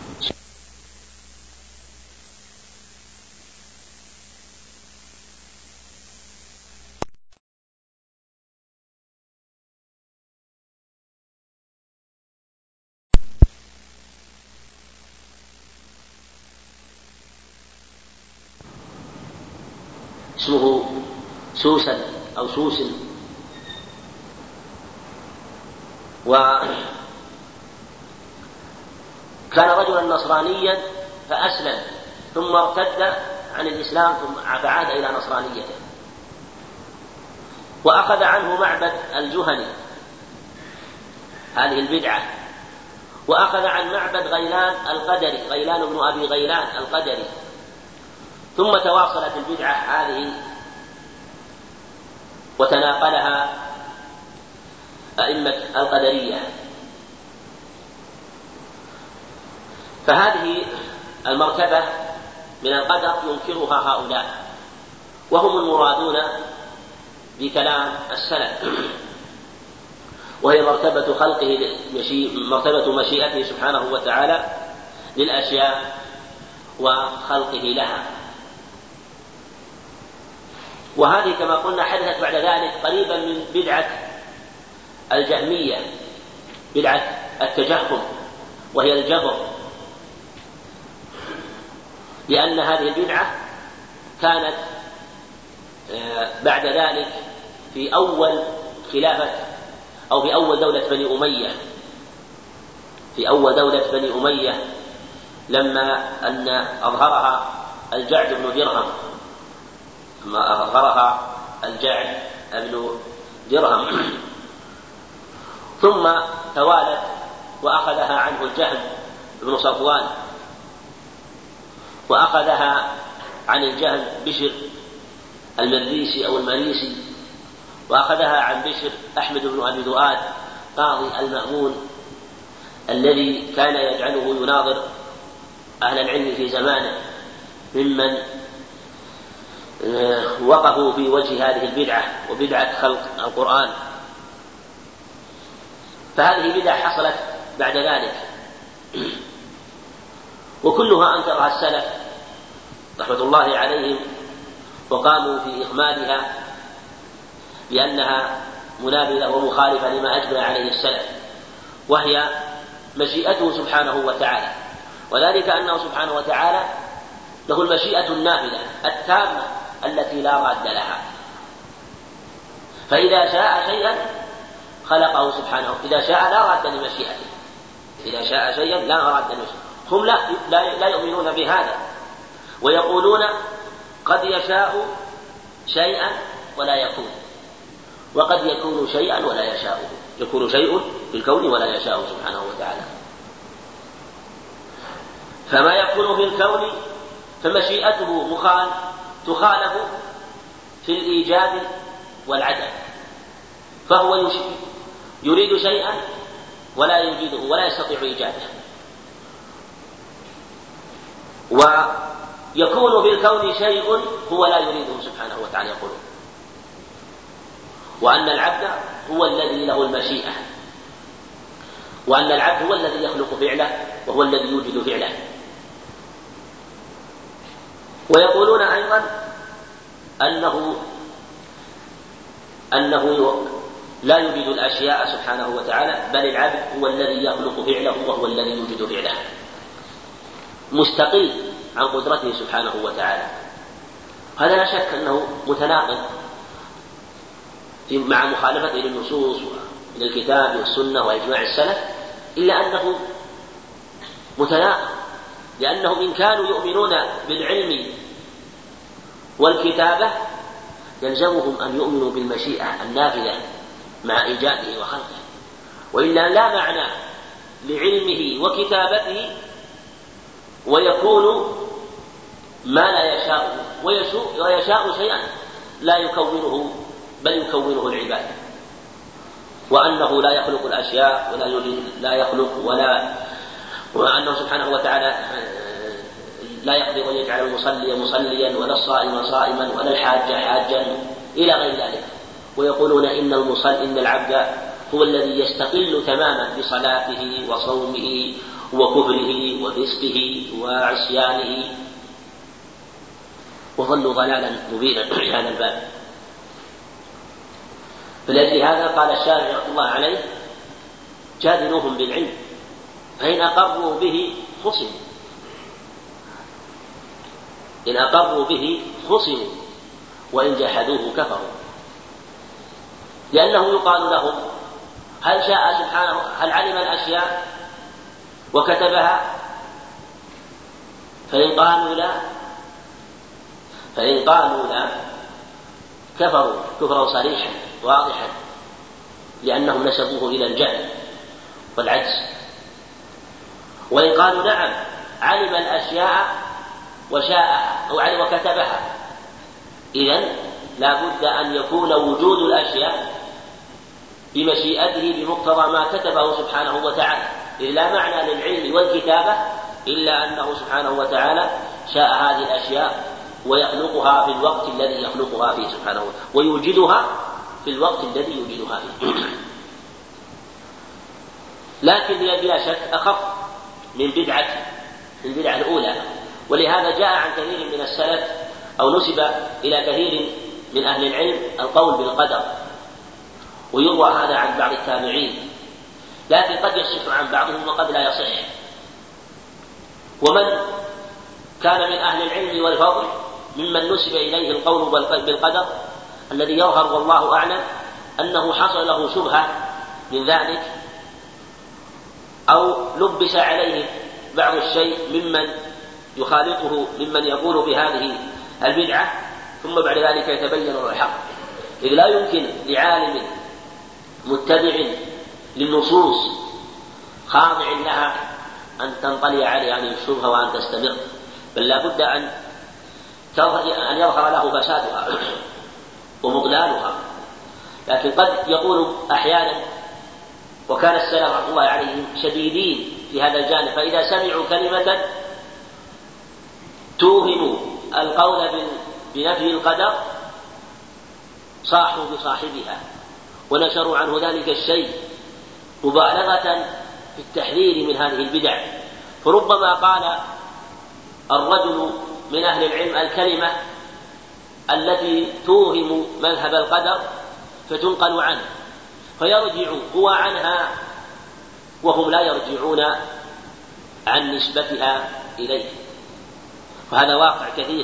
سوسن أو سوسن. وكان رجلا نصرانيا فأسلم ثم ارتد عن الإسلام ثم عاد إلى نصرانيته، وأخذ عنه معبد الجهني هذه البدعة، وأخذ عن معبد غيلان القدري، غيلان بن أبي غيلان القدري. ثم تواصلت البدعة هذه وتناقلها أئمة القدرية. فهذه المرتبة من القدر ينكرها هؤلاء، وهم المرادون بكلام السلف، وهي مرتبة خلقه، مرتبة مشيئته سبحانه وتعالى للأشياء وخلقه لها. وهذه كما قلنا حدثت بعد ذلك قريبا من بدعة الجهمية، بدعة التجهم، وهي الجبر، لأن هذه البدعة كانت بعد ذلك في أول خلافة أو في أول دولة بني أمية، في أول دولة بني أمية لما أن أظهرها الجعد بن درهم، ما أظهرها الجعد بن درهم، ثم توالت وأخذها عنه الجهم بن صفوان، وأخذها عن الجهم بشر المريسي أو المريسي، وأخذها عن بشر أحمد بن أبي ذؤاد قاضي المأمون الذي كان يجعله يناظر أهل العلم في زمانه ممن وقفوا في وجه هذه البدعة وبدعة خلق القرآن. فهذه بدعة حصلت بعد ذلك، وكلها أنكرها السلف رحمة الله عليهم، وقاموا في إخمادها بأنها منابذة ومخالفة لما أجمع عليه السلف، وهي مشيئته سبحانه وتعالى، وذلك أنه سبحانه وتعالى له المشيئة النافذة التامة التي لا راد لها، فإذا شاء شيئا خلقه سبحانه، إذا شاء لا راد لمشيئته، إذا شاء شيئا لا راد لمشيئته. هم لا يؤمنون بهذا، ويقولون قد يشاء شيئا ولا يكون، وقد يكون شيئا ولا يشاء، يكون شيء في الكون ولا يشاء سبحانه وتعالى. فما يكون في الكون فمشيئته تخالف في الإيجاد والعدم، فهو يريد شيئا ولا يوجده ولا يستطيع إيجاده، ويكون في الكون شيء هو لا يريده سبحانه وتعالى. يقول وأن العبد هو الذي له المشيئة، وأن العبد هو الذي يخلق فعله وهو الذي يوجد فعله. ويقولون أيضا أنه لا يوجد الأشياء سبحانه وتعالى، بل العبد هو الذي يخلق فعله وهو الذي يوجد فعله، مستقل عن قدرته سبحانه وتعالى. هذا لا شك أنه متناقض مع مخالفته للنصوص من الكتاب والسنة وإجماع السلف، إلا أنه متناقض، لأنهم إن كانوا يؤمنون بالعلم والكتابة يلزمهم أن يؤمنوا بالمشيئة النافذة مع إيجاده وخلقه، وإلا لا معنى لعلمه وكتابته ويكون ما لا يشاء ويشاء شيئا لا يكونه بل يكونه العباد، وأنه لا يخلق الأشياء ولا يريد لا يخلق وأنه سبحانه وتعالى لا يقدر أن يجعل المصلي مصليا ولا الصائم صائما ولا الحاج حاجا إلى غير ذلك. ويقولون إن العبد هو الذي يستقل تماما بصلاته وصومه وكفره وفسقه وعصيانه، وظلوا ضلالا مبينا في هذا الباب. فلأجل هذا قال الشارع رحمه الله عليه جادلوهم بالعلم فإن أقروا به خصموا، إن أقروا به خصموا وإن جحدوه كفروا، لأنه يقال لهم هل شاء سبحانه، هل علم الأشياء وكتبها؟ فإن قالوا لا كفروا كفرا صريحا واضحا، لأنهم نسبوه إلى الجهل والعجز. وإن قالوا نعم علم الأشياء وشاء أو علم وكتبها، إذن لا بد أن يكون وجود الأشياء بمشيئته بمقتضى ما كتبه سبحانه وتعالى، إذ لا معنى للعلم والكتابة إلا أنه سبحانه وتعالى شاء هذه الأشياء ويخلقها في الوقت الذي يخلقها فيه سبحانه ويوجدها في الوقت الذي يوجدها فيه. لكن هي بلا شك أخف من البدعة الأولى، ولهذا جاء عن كثير من السلف أو نسب إلى كثير من أهل العلم القول بالقدر، ويروى هذا عن بعض التابعين، لكن قد يصح عن بعضهم وقد لا يصح. ومن كان من أهل العلم والفضل ممن نسب إليه القول بالقدر الذي يظهر والله أعلم أنه حصل له شبهة من ذلك أو لبس عليه بعض الشيء ممن يخالطه ممن يقول بهذه البدعة، ثم بعد ذلك يتبين له الحق، إذ لا يمكن لعالم متبع للنصوص خاضع لها أن تنطلي عليه هذه الشبهة وأن تستمر، بل لا بد أن يظهر له فسادها ومضلالها. لكن قد يقول أحيانا، وكان السلف رحمه الله عليهم شديدين في هذا الجانب، فإذا سمعوا كلمة توهم القول بنفي القدر صاحوا بصاحبها ونشروا عنه ذلك الشيء مبالغة في التحذير من هذه البدع. فربما قال الرجل من أهل العلم الكلمة التي توهم مذهب القدر فتنقل عنه فيرجع هو عنها وهم لا يرجعون عن نسبتها إليه. وهذا واقع كثير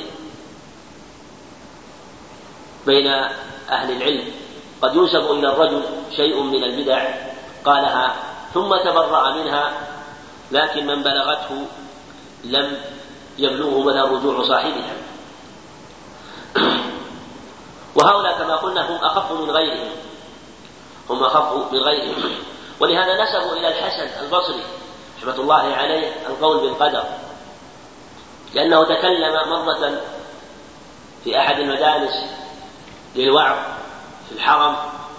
بين أهل العلم، قد ينسب إلى الرجل شيء من البدع قالها ثم تبرأ منها، لكن من بلغته لم يبلغه ولا رجوع صاحبها. وهؤلاء كما قلنا هم أخف من غيرهم، ولهذا نسبوا إلى الحسن البصري رحمة الله عليه القول بالقدر، لأنه تكلم مرة في أحد المجالس للوعظ في الحرم،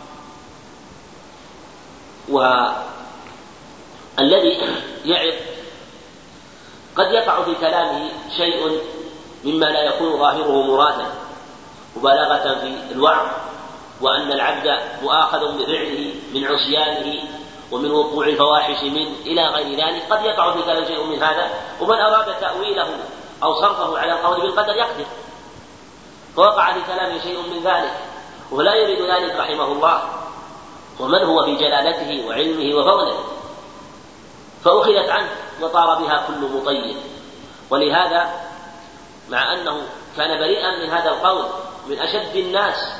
والذي يعظ قد يقع في كلامه شيء مما لا يكون ظاهره مرادا مبالغة في الوعظ، وأن العبد مؤاخذ بفعله من عصيانه ومن وقوع الفواحش منه إلى غير ذلك. قد يقع في كلام شيء من هذا، ومن أراد تأويله أو صرفه على القول بالقدر يقدر، فوقع في كلامه شيء من ذلك ولا يريد ذلك رحمه الله، ومن هو في جلالته وعلمه وفضله، فأخذت عنه وطار بها كل مطير. ولهذا مع أنه كان بريئا من هذا القول من أشد الناس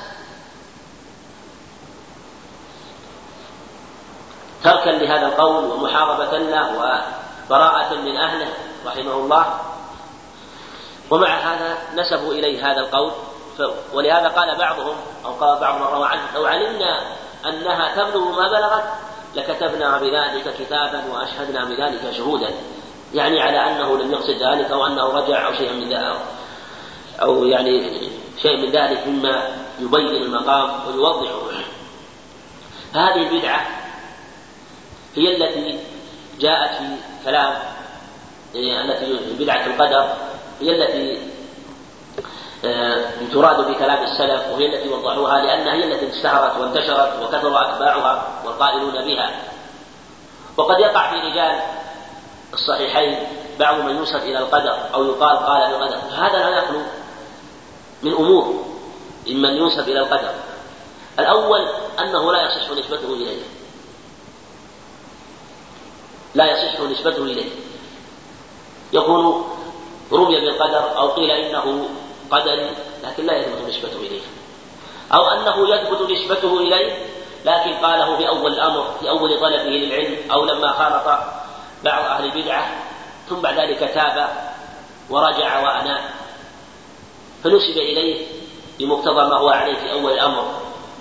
تركا لهذا القول ومحاربة له وبراءة من أهله رحمه الله، ومع هذا نسبوا إليه هذا القول. ولهذا قال بعضهم أو قال بعض من روى عنه: لو علمنا أنها تبلغ ما بلغت لكتبنا بذلك كتابا وأشهدنا بذلك شهودا، يعني على أنه لم يقصد ذلك أو أنه رجع أو شيء من ذلك، أو يعني شيء من ذلك مما يبين المقام ويوضحه. هذه البدعة هي التي جاءت في كلام التي بدعة القدر، هي التي تراد بكلام السلف، وهي التي وضحوها لأنها هي التي اشتهرت وانتشرت وكثر أتباعها والقائلون بها. وقد يقع في رجال الصحيحين بعض من ينسب إلى القدر أو يقال قال بالقدر، هذا لا يخلو من أمور ممن ينسب إلى القدر. الأول أنه لا يصح نسبته إليه، يكون رمي بالقدر أو قيل إنه قدري لكن لا يثبت نسبته إليه، أو أنه يثبت نسبته إليه لكن قاله في أول الأمر في أول طلبه للعلم أو لما خالط بعض أهل البدعة، ثم بعد ذلك تاب ورجع وأناب فنسب إليه بمقتضى ما هو عليه في أول الأمر.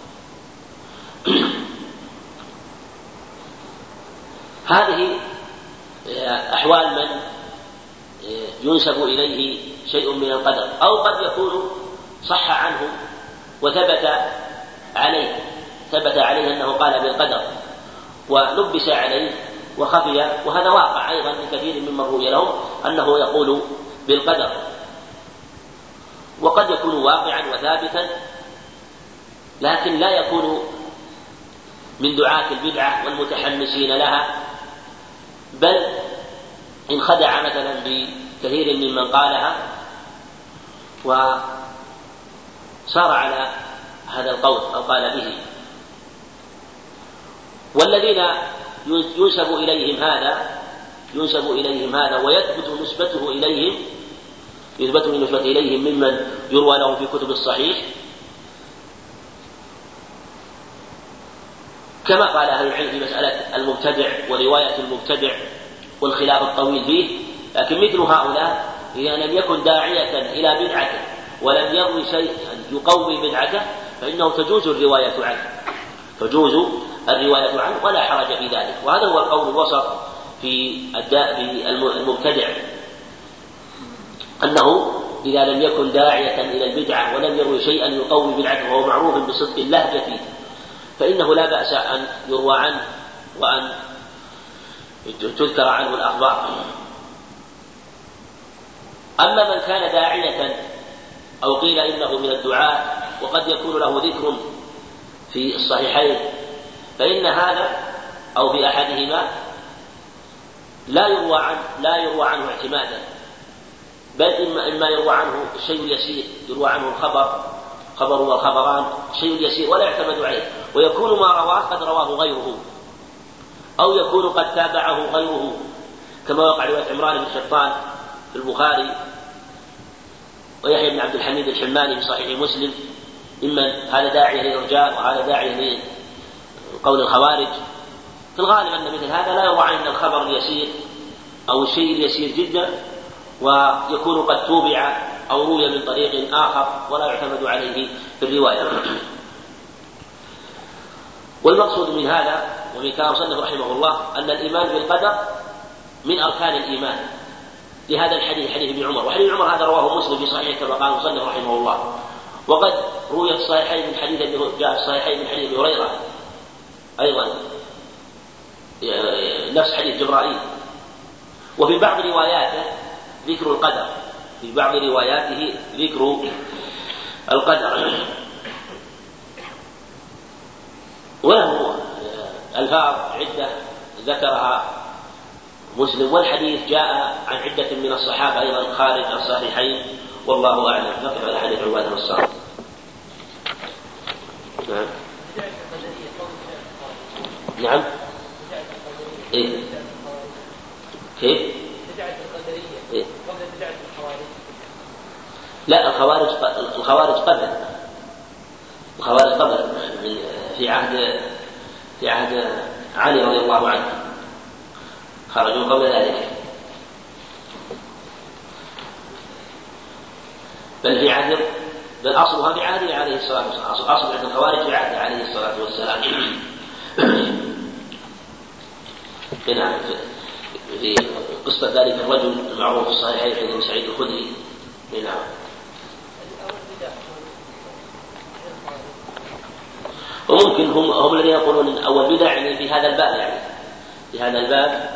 هذه أحوال من ينسب إليه شيء من القدر، أو قد يكون صح عنه وثبت عليه أنه قال بالقدر ولبس عليه وخفي، وهذا واقع أيضا لكثير ممن روي لهم أنه يقول بالقدر، وقد يكون واقعا وثابتا لكن لا يكون من دعاة البدعة والمتحمسين لها، بل انخدع مثلا بكثير ممن قالها وصار على هذا القول أو قال به. والذين ينسب إليهم هذا ويثبت نسبته إليهم ممن يروى له في كتب الصحيح، كما قال أهل العلم في مسألة المبتدع ورواية المبتدع والخلاف الطويل فيه، لكن مثل هؤلاء إذا لم يكن داعية إلى بدعته ولم يروي شيئا يقوي بدعته فإنه تجوز الرواية عنه ولا حرج في ذلك. وهذا هو القول الوسط في المبتدع، أنه إذا لم يكن داعية إلى البدعة ولم يروي شيئا يقوي بدعته وهو معروف بصدق اللهجة فيه فإنه لا بأس أن يروى عنه وأن تذكر عنه الأخبار. أما من كان داعية أو قيل إنه من الدعاة وقد يكون له ذكر في الصحيحين فإن هذا أو في أحدهما لا يروى عنه اعتمادا، بل إما يروى عنه شيء يسير، يروى عنه خبر والخبران شيء يسير ولا يعتمد عليه، ويكون ما رواه قد رواه غيره، أو يكون قد تابعه غيره، كما وقع رواية عمران بن حطان في البخاري، ويحيى بن عبد الحميد الحماني في صحيح مسلم، إما هذا داعي للإرجاء وهذا داعي لقول الخوارج. في الغالب أن مثل هذا لا يروى عن الخبر اليسير أو الشيء اليسير جدا، ويكون قد توبع أو روي من طريق آخر ولا يعتمد عليه في الرواية. والمقصود من هذا ومن كلام المصنف رحمه الله أن الإيمان بالقدر من أركان الإيمان، لهذا الحديث حديث ابن عمر، وحديث عمر هذا رواه مسلم في صحيح كما قال المصنف رحمه الله، وقد روي في الصحيحين من حديث جاء في الصحيحين من حديث ابي هريره أيضا نفس حديث جبرائيل. وفي بعض رواياته ذكر القدر، في بعض رواياته ذكر القدر، وله ألفاظ عدة ذكرها مسلم، والحديث جاء عن عدة من الصحابة أيضا خارج الصحيحين، والله أعلم. نقف على حديث عبادة الصالح. نعم. إيه؟ كيف؟ إيه؟ لا، الخوارج قبل في عهد علي رضي الله عنه، خرجوا قبل ذلك، بل أصلها في عهده عليه الصلاة والسلام، أصل عند الخوارج في عهده عليه الصلاة والسلام. في قصة ذلك الرجل المعروف في الصحيحين حديث ابن سعيد الخدري. نعم. وممكن هم الذين يقولون أول بدع يعني في هذا الباب، في هذا الباب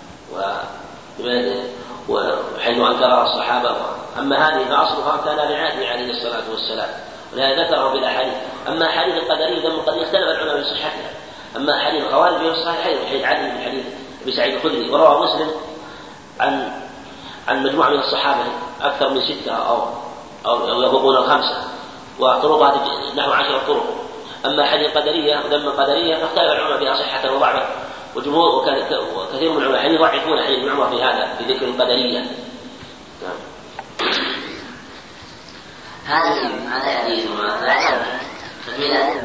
وحيث أنكرها الصحابة. أما هذه فأصلها كان لعهده عليه الصلاة والسلام، ولهذا ذكره بالأحاديث. أما أحاديث القدرية قد يختلف العلماء في صحتها. أما أحاديث الخوارج في الصحيحين حديث علي من حديث ابن سعيد الخدري، وروى مسلم عن مجموعة من الصحابة أكثر من 6 أو يفوقون 5، وطرقها نحو 10 طرق. أما حديث القدرية ذم القدرية فاختلف العلماء فيها صحة وضعفا، وكثير من العلماء يضعفون حديث ابن عمر في هذا في ذكر القدرية. هذا حديث تكملة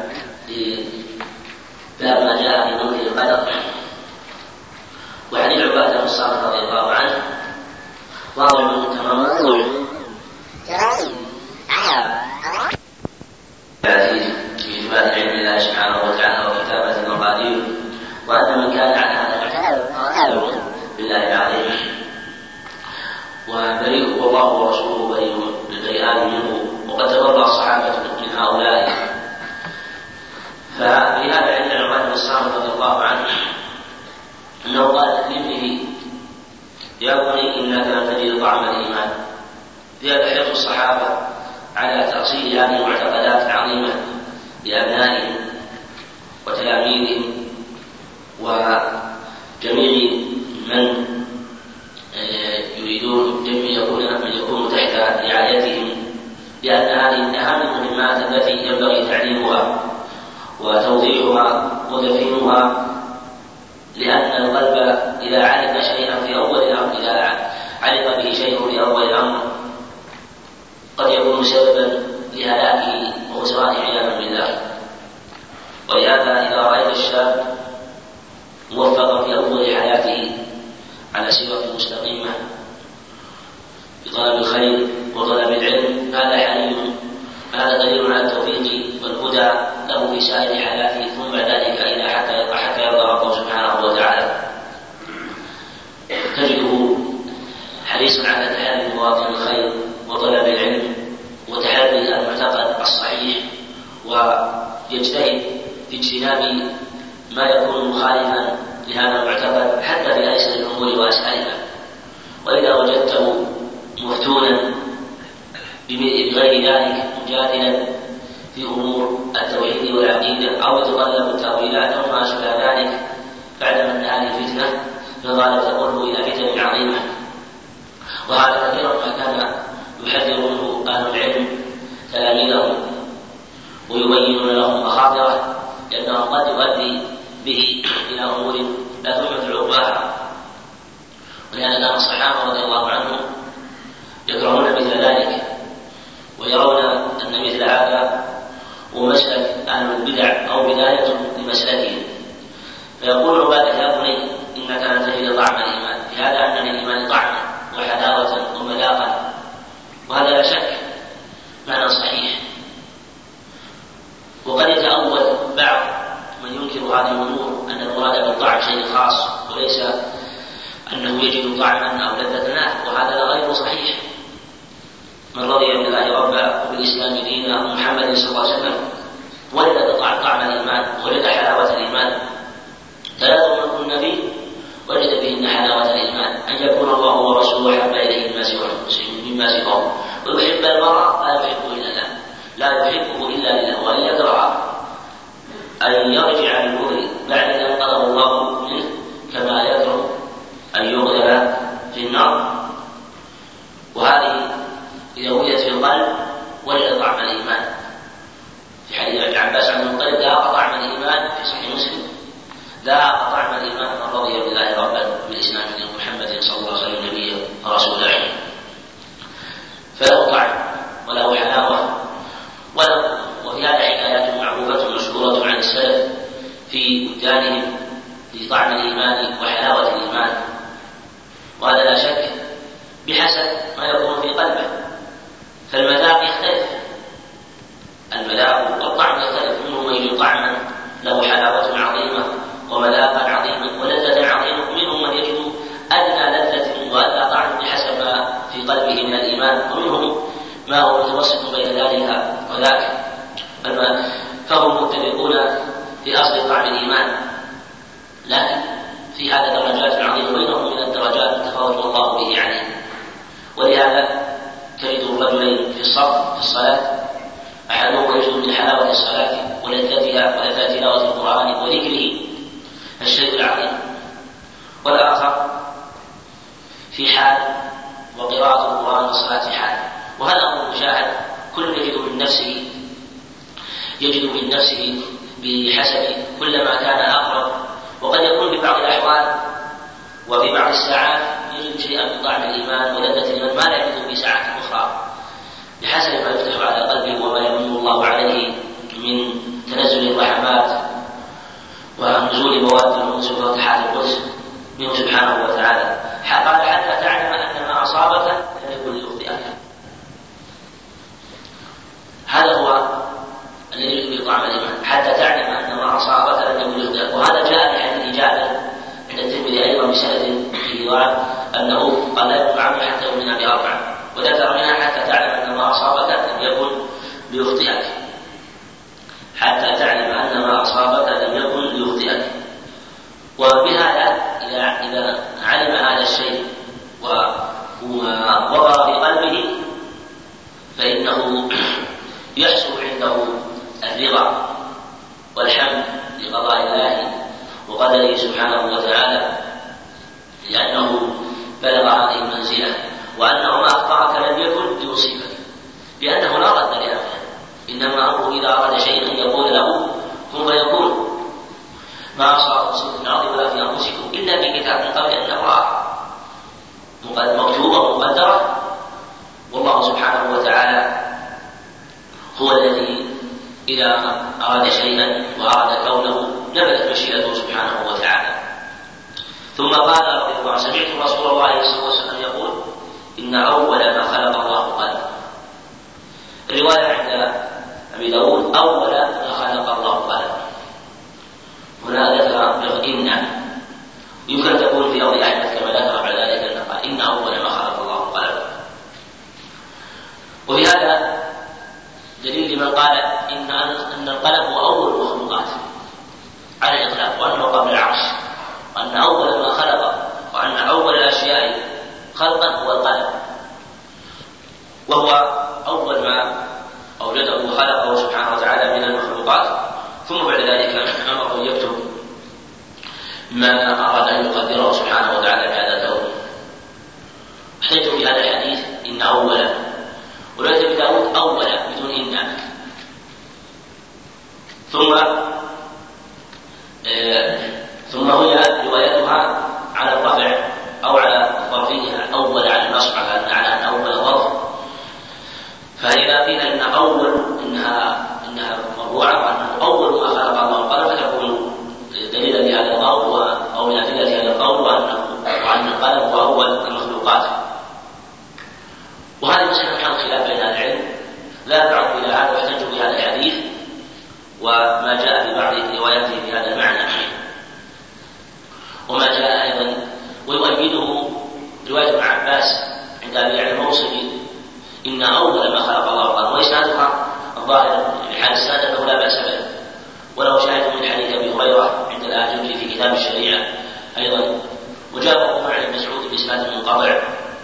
باب ما جاء في منكر القدر. وعن عبادة بن الصامت رضي الله عنه واضع من تمام في إثبات علم الله سبحانه وتعالى وكتابة المقادير، وأن من كان على هذا بالله العظيم وبريء والله ورسوله بريئان منه، وقد تبرأ الصحابة من هؤلاء. ففي هذا عند عبادة بن الصامت رضي الله عنه أنه قال لابنه: يا بني إنك لم تجد طعم الإيمان. في هذا حرص الصحابة على تأصيل هذه المعتقدات العظيمة لأبنائهم وتلاميذهم وجميع من يريدون يكون تحت رعايتهم، لأن هذه من أهم المهمات التي ينبغي تعليمها وتوضيحها وتفهيمها، لأن القلب إذا علم شيئا في أول الأمر، إذا علم به شيء في أول الأمر قد يكون سببا لهلاكه وخسرانه عياذا بالله. ولهذا إذا رأيت الشاب موفقا في أول حياته على سيرة مستقيمة بطلب الخير وطلب العلم، هذا دليل على التوفيق والهدى له في سائر حياته، ثم ذلك إلى حتى يرضى ربه سبحانه وتعالى. تجده حريصا على تحري مواطن الخير وطلب العلم وتحري المعتقد الصحيح، ويجتهد في اجتناب ما يكون مخالفا لهذا المعتقد حتى في أيسر الأمور وأسهلها. وإذا وجدته مفتونا بغير ذلك مجادلا في أمور التوحيد والعقيدة أو يتطلب التأويلات أو ما شابه ذلك، فاعلم أن هذه فتنة فالغالب تقوله إلى فتن عظيمة. وهذا كثيرا ما كان كان يحذر منه أهل العلم تلاميذهم ويبينون لهم مخاطره، لأنه قد يؤدي به إلى أمور لا تحمد عقباها. ولهذا كان الصحابة رضي الله عنهم يكرهون مثل ذلك ويرون أن مثل هذا ومسلك أهل البدع أو بداية لمسلكهم، فيقول عبادة يا بني إنك لن تجد طعم الإيمان، بهذا أن الإيمان طعما وحلاوة ومذاقا، وهذا لا شك معنى صحيح. وقد يتأول بعض من ينكر هذه الأمور أن المراد بالطعم شيء خاص وليس أنه يجد طعما أو لذة له، وهذا غير صحيح. من رضي بالله ربا وبالإسلام دينا محمد صلى الله عليه وسلم ولد طعم الإيمان ولد حلاوة الإيمان. ثلاث من كن فيه وجد بهن حلاوة الإيمان: أن يكون الله ورسوله أحب إليه مما سواه، ويحب المرء لا يحبه إلا الله، لا يحبه إلا لله، وأن يكره أن يرجع للكفر بعد أن قدر الله منه، كما يكره أن يغلب في النار. وهذه إذا وجدت في القلب ولد طعم الإيمان. في حديث ابن عباس عن المطلب: ذاق طعم الإيمان في صحيح مسلم، ذاق طعم الإيمان من رضي بالله ربا بالإسلام دينا محمد صلى الله عليه وسلم نبيا ورسولا. فله طعم وله حلاوة وفي هذا حكايات معروفة مشهورة عن السلف في وجدانهم لطعم الإيمان وحلاوة الإيمان، وهذا لا شك بحسب ما يكون في قلبه. فالمذاق يختلف، المذاق والطعم يختلف، منهم من يجد طعما له حلاوة عظيمة ومذاقا عظيما ولذة عظيمة، منهم من يجد أدنى لذة وأدنى طعم بحسب ما في قلبه من الإيمان، ومنهم ما هو متوسط بين ذلك وذاك. فهم متفقون في أصل طعم الإيمان، لكن في هذا درجات عظيمة بينهم من الدرجات تفاوت الله به عليهم. ولهذا تجد الرجلين في الصف في الصلاة أحدهما يجد من حلاوة الصلاة ولذتها ولذات تلاوة القرآن وذكره الشيء العظيم، والآخر في حال وقراءة القرآن والصلاة حال. وهذا أمر مشاهد، كل يجد من نفسه بحسب كلما كان أقرب. وقد يكون في بعض الأحوال وفي بعض الساعات يجد شيئا من طعم الإيمان ولذة الإيمان ما لا يجد في ساعات أخرى، بحسب ما يفتح على قلبه وما يمن الله عليه من تنزل الرحمات ونزول مواد الأنس وفتحات القدس منه سبحانه وتعالى. قال: حتى تعلم أن ما أصابك لم يكن ليخطئك. هذا هو الذي يجب طعم الإيمان، حتى تعلم أن ما أصابك لم يكن ليخطئك. وهذا جاء في حديث جابر عند الترمذي أيضا بسند فيه ضعف أنه قال: لا يكون عمل حتى يؤمن بأربع، وذكر منها حتى تعلم أن ما أصابك لم يكن ليخطئك. حتى تعلم أن ما أصابك لم يكن ليخطئك. وبهذا إذا علم هذا الشيء ووضع في قلبه فإنه يحصل عنده الرضا والحمد لقضاء الله وقدره سبحانه وتعالى، لأنه بلغ هذه المنزلة، وأنه ما أخطأك لم يكن ليصيبك، لأنه لا رد لأمره، إنما أمره إذا أراد شيئا يقول له كن فيكون. ما أصاب مصيبة في الأرض ولا في أنفسكم إلا في كتاب من قبل أن نقرأها، مكتوبة ومقدرة. والله سبحانه وتعالى هو الذي إذا أراد شيئا وأراد كونه نبذت مشيئته سبحانه وتعالى. ثم قال رضي الله عنه: سمعت رسول الله صلى الله عليه وسلم يقول: إن أول ما خلق الله قلب. الرواية عند أبي داود: أول ما خلق الله قلب. هنا ذكر إن، يمكن تكون في أول أحمد كما ذكر بعد ذلك أنه قال: إن أول ما خلق الله قلب. وفي هذا دليل لمن قال إن القلم هو أول المخلوقات على الإطلاق، وأنه قبل العرش، وأن أول ما خلق وأن أول الأشياء خلقا هو القلم، وهو أول ما أوجده وخلقه سبحانه وتعالى من المخلوقات. ثم بعد ذلك أمره يكتب ما أراد أن يقدره سبحانه وتعالى بهذا الكون. احتجوا في هذا الحديث: إن أول وتؤيده رواية ابن عباس عند أبي يعلى الموصلي إن أول ما خلق الله القلم، وإسنادها الظاهر من حال السند أنه لا بأس به، وله شاهد من حديث أبي هريرة عند الآجري في كتاب الشريعة أيضا، وجاء موقوف عن ابن مسعود بإسناد منقطع،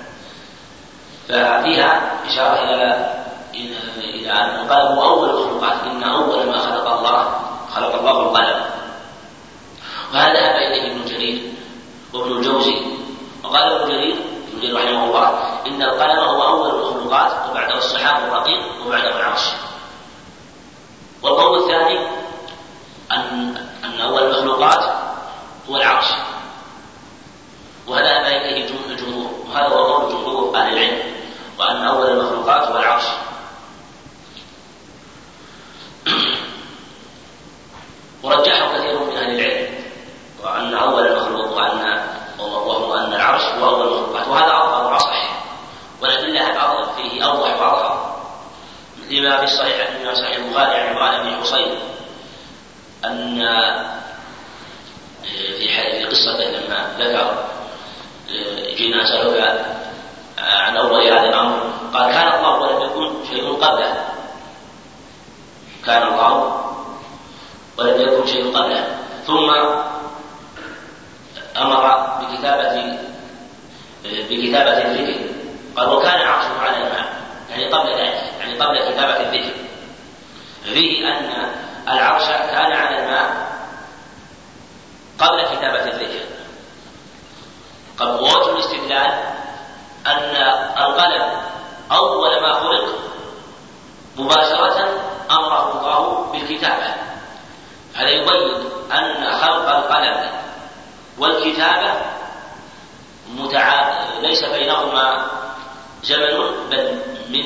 ففيها إشارة إلى أن القلم هو أول المخلوقات، إن أول ما خلق الله القلم. وهذا ذهب إليه ابن جرير وابن الجوزي، وقال ابن جرير رحمه الله إن القلم هو أول المخلوقات، وبعده السحاب الرقيق، وبعده العرش. والقول الثاني أن أول المخلوقات هو العرش، وهذا ذهب إليه الجمهور، وهذا هو قول جمهور أهل العلم، وأن أول المخلوقات هو العرش. ورجحه كثير من أهل العلم، وأن أول المخلوق وهو أن العرش هو أول المخلوقات، وهذا أظهر وأصح، والأدلة الأظهر فيه أوضح وأظهر، لما في الصحيح من صحيح البخاري عن عمران بن حصين أن في قصته لما ذكر جينا نسألك عن أول هذا الأمر، قال كان الله ولم يكن شيء قبله، كان الله ولم يكن شيء قبله، ثم أمر بكتابة الذكر، قال وكان عرشه على الماء، يعني قبل ذلك، يعني قبل كتابة الذكر، فيه أن العرش كان على الماء قبل كتابة الذكر. ووجه الاستدلال أن القلم أول ما خلق مباشرة أمره الله بالكتابة، هذا يبين أن خلق القلم والكتابة ليس بينهما زمن، بل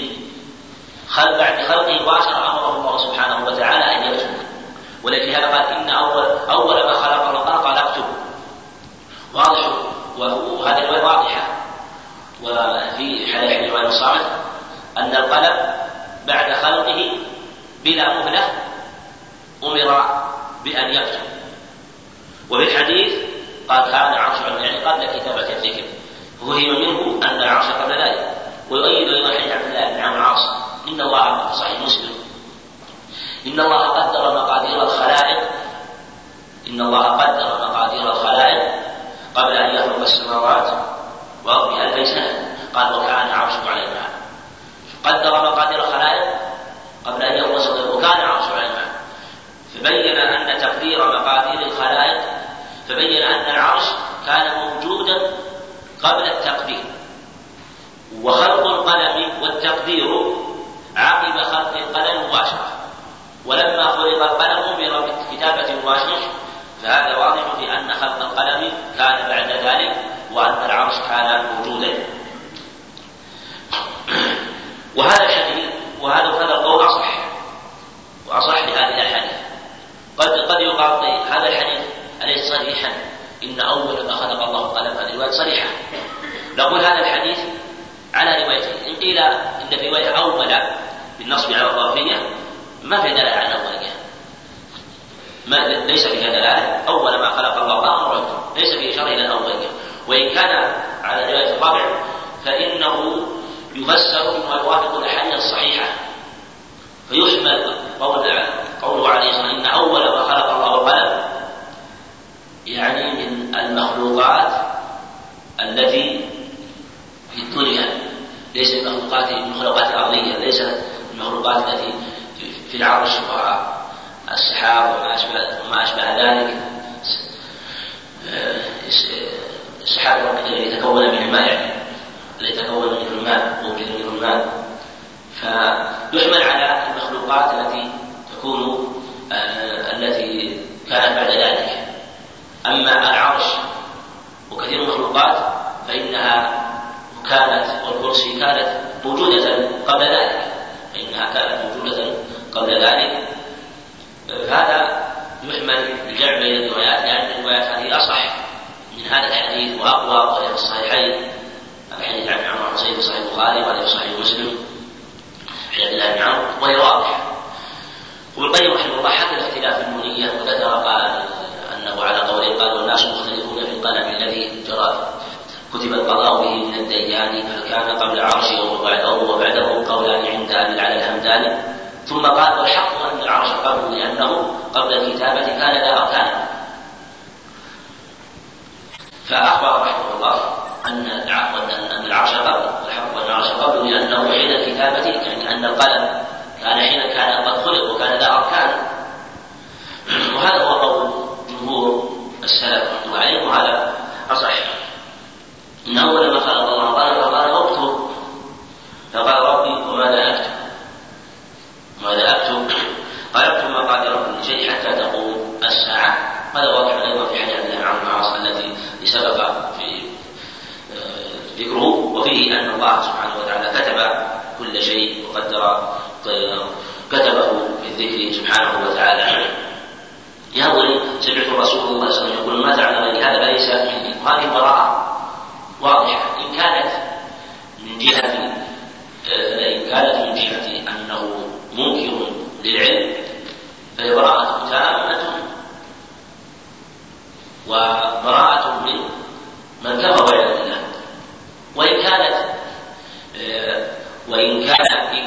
بعد خلقه مباشرة أمره الله سبحانه وتعالى أن يكتب. ولكن هذا قال إن أول ما خلق الله قال اكتب، واضح، وهذه الرواية واضحة. وفي حديث رواية الصامت أن القلم بعد خلقه بلا مهلة أمر بأن يكتب. وفي الحديث قال كان عرش يعني قبل كتابة الذكر، فهم منه أن العرش قبل ذلك. ويؤيد أيضا حديث عبد الله بن عمرو العاص إن الله صحيح مسلم إن الله قدر مقادير الخلائق، إن الله قدر مقادير الخلائق قبل أن يخلق السماوات والأرض ب2000 سنة، قال وكان عرشه على الماء، قدر مقادير الخلائق قبل أن يخلق السماوات وكان عرشه على الماء، فبين أن تقدير مقادير الخلائق، فبين أن العرش كان موجودا قبل التقدير. وخلق القلم والتقدير عقب خلق القلم مباشرة، ولما خلق القلم أمر بالكتابة مباشرة، فهذا واضح في أن خلق القلم كان بعد ذلك، وأن العرش كان موجودا. وهذا الحديث وهذا القول وأصح لهذه الحديث. قد يقال هذا الحديث أليس صريحا إن أول ما خلق الله القلم، هذه رواية صريحة. نقول هذا الحديث على روايتين، إن قيل إن في رواية أول بالنصب على الظرفية ما في دلالة على الأولية، ليس فيها دلالة، أول ما خلق الله القلم ليس فيه إشارة إلى الأولية. وإن كان على رواية الرابع فإنه يفسر بما يوافق الأحاديث الصحيحة، فيحمل قوله عليه الصلاة والسلام إن أول ما خلق الله القلم يعني من المخلوقات التي في الدنيا، ليس المخلوقات الأرضية، ليس المخلوقات التي في العرش والسحاب وما أشبه ذلك، السحاب الذي يتكون من الماء، يعني الذي يتكون منه الماء موجود منه الماء، فيحمل على المخلوقات التي كانت بعد ذلك. أما العرش وكثير من المخلوقات فإنها كانت، والكرسي كانت موجودة قبل ذلك، هذا يحمل الجمع بين الروايات، لأن الروايات هذه أصح من هذا الحديث وأقوى، وهي في الصحيحين، الحديث عن عمرو بن حصين في صحيح البخاري وهذا في صحيح مسلم عن عبد الله بن عمرو، وهي واضحة. وابن القيم رحمه الله حكى الاختلاف في النونية، وذكر قال أنه على قوله قال والناس مختلفون في القلم الذي جرى كتب القضاء به من الديان، هل كان قبل العرش وبعده قولان عند أهل العلى الهمداني. ثم قال والحق أن العرش قبله لأنه قبل الكتابة كان لا أركان. فأخبر رحمه الله أن العرش قبله، والحق أن العرش قبله لأنه حين الكتابة، يعني أن القلم كان حين كان قد خلق وكان لا أركان. وهذا هو قول جمهور السلف رحمه الله عليهم، وهذا أصح. إن أول ما خلق الله قال اكتب، فقال ربي وماذا أكتب؟ ماذا أكتب؟ قال اكتب مقادير كل شيء حتى تقوم الساعة. هذا واضح أيضا في حديث ابن عمرو بن العاص الذي سبق في ذكره، وفيه أن الله سبحانه وتعالى كتب كل شيء كتبه في الذكر سبحانه وتعالى. يقول سمعت الرسول صلى الله عليه وسلم يقول ما تعلم هذا ليس مني. وهذه البراءة واضحة إن كانت من جهة أنه منكر للعلم فهي براءة تامة وبراءة من كفر والعياذ بالله. وإن كان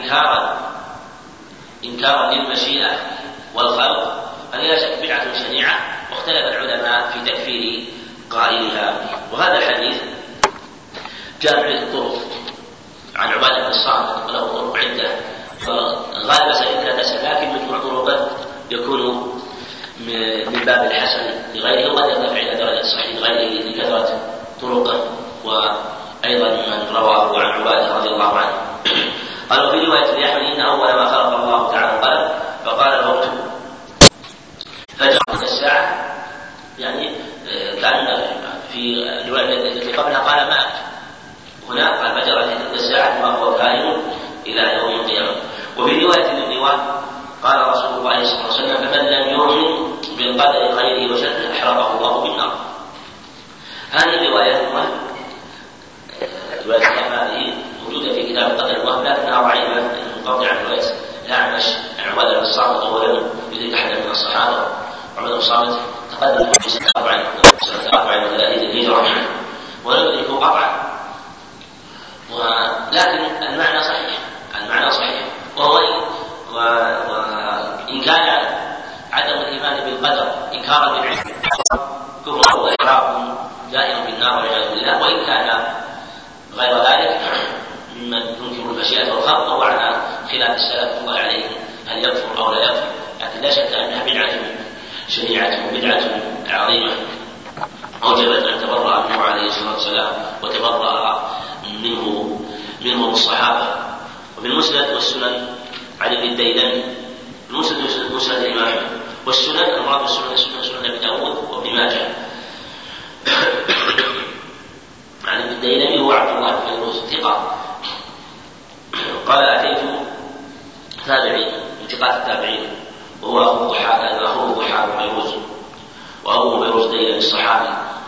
إنكارا للمشيئة والخلق فهي لا شك بدعة شنيعة، واختلف العلماء في تكفير قائلها. وهذا الحديث جاء بعدة طرق عن عبادة بن الصامت وله طرق عدة، فغالب سيدنا تسأل، لكن مجموع طرقه يكون من باب الحسن لغيره، وقد يرتفع إلى درجة الصحيح لغيره لكثرة طرقه، وأيضا من رواه عن عبادة رضي الله عنه. قالوا في رواية لأحمد إن أول ما خلق الله تعالى القلم فقال له اكتب، فجرت الساعة، يعني كان في الرواية التي قبلها قال ما أكتب، هنا قال فجرت الساعة ما هو كائن إلى يوم القيامة. وفي رواية للرواية قال رسول الله صلى الله عليه وسلم فمن لم يؤمن بالقدر خيره وشره أحرقه الله بالنار. هذه الرواية رواية هذه موجودة في كتاب القدر المهم، لكنها ضعيفة منقطعة عن رواية الأعمش عن عبادة بن الصامت، ولم يدرك أحد من الصحابة. عبادة بن الصامت تقدم في سنة 34 للهجرة ولم يدركه قطعا، ولكن المعنى صحيح، وإن كان عدم الإيمان بالقدر إنكارا بالعلم كفر وإحراق دائم بالنار والعياذ بالله، وإن كان غير ذلك ممن ينكر المشيئة والخلق وهو على خلاف السلف الله عليهم هل يكفر أو لا يكفر، لكن لا شك أنها بدعة شنيعة وبدعة عظيمة أوجبت أن تبرأ منه عليه الصلاة والسلام وتبرأ منه الصحابة. وفي المسند والسنن عن ابن الديلمي، المسند مسند الإمام أحمد، والسنن المراد بالسنن سنن أبي داود وابن ماجه. عن ابن الديلمي هو عبد الله بن فيروز ثقة قال أتيت تابعي انتقال التابعين وهو أخو ضحاك فيروز، وأبوه فيروز الديلمي الصحابي.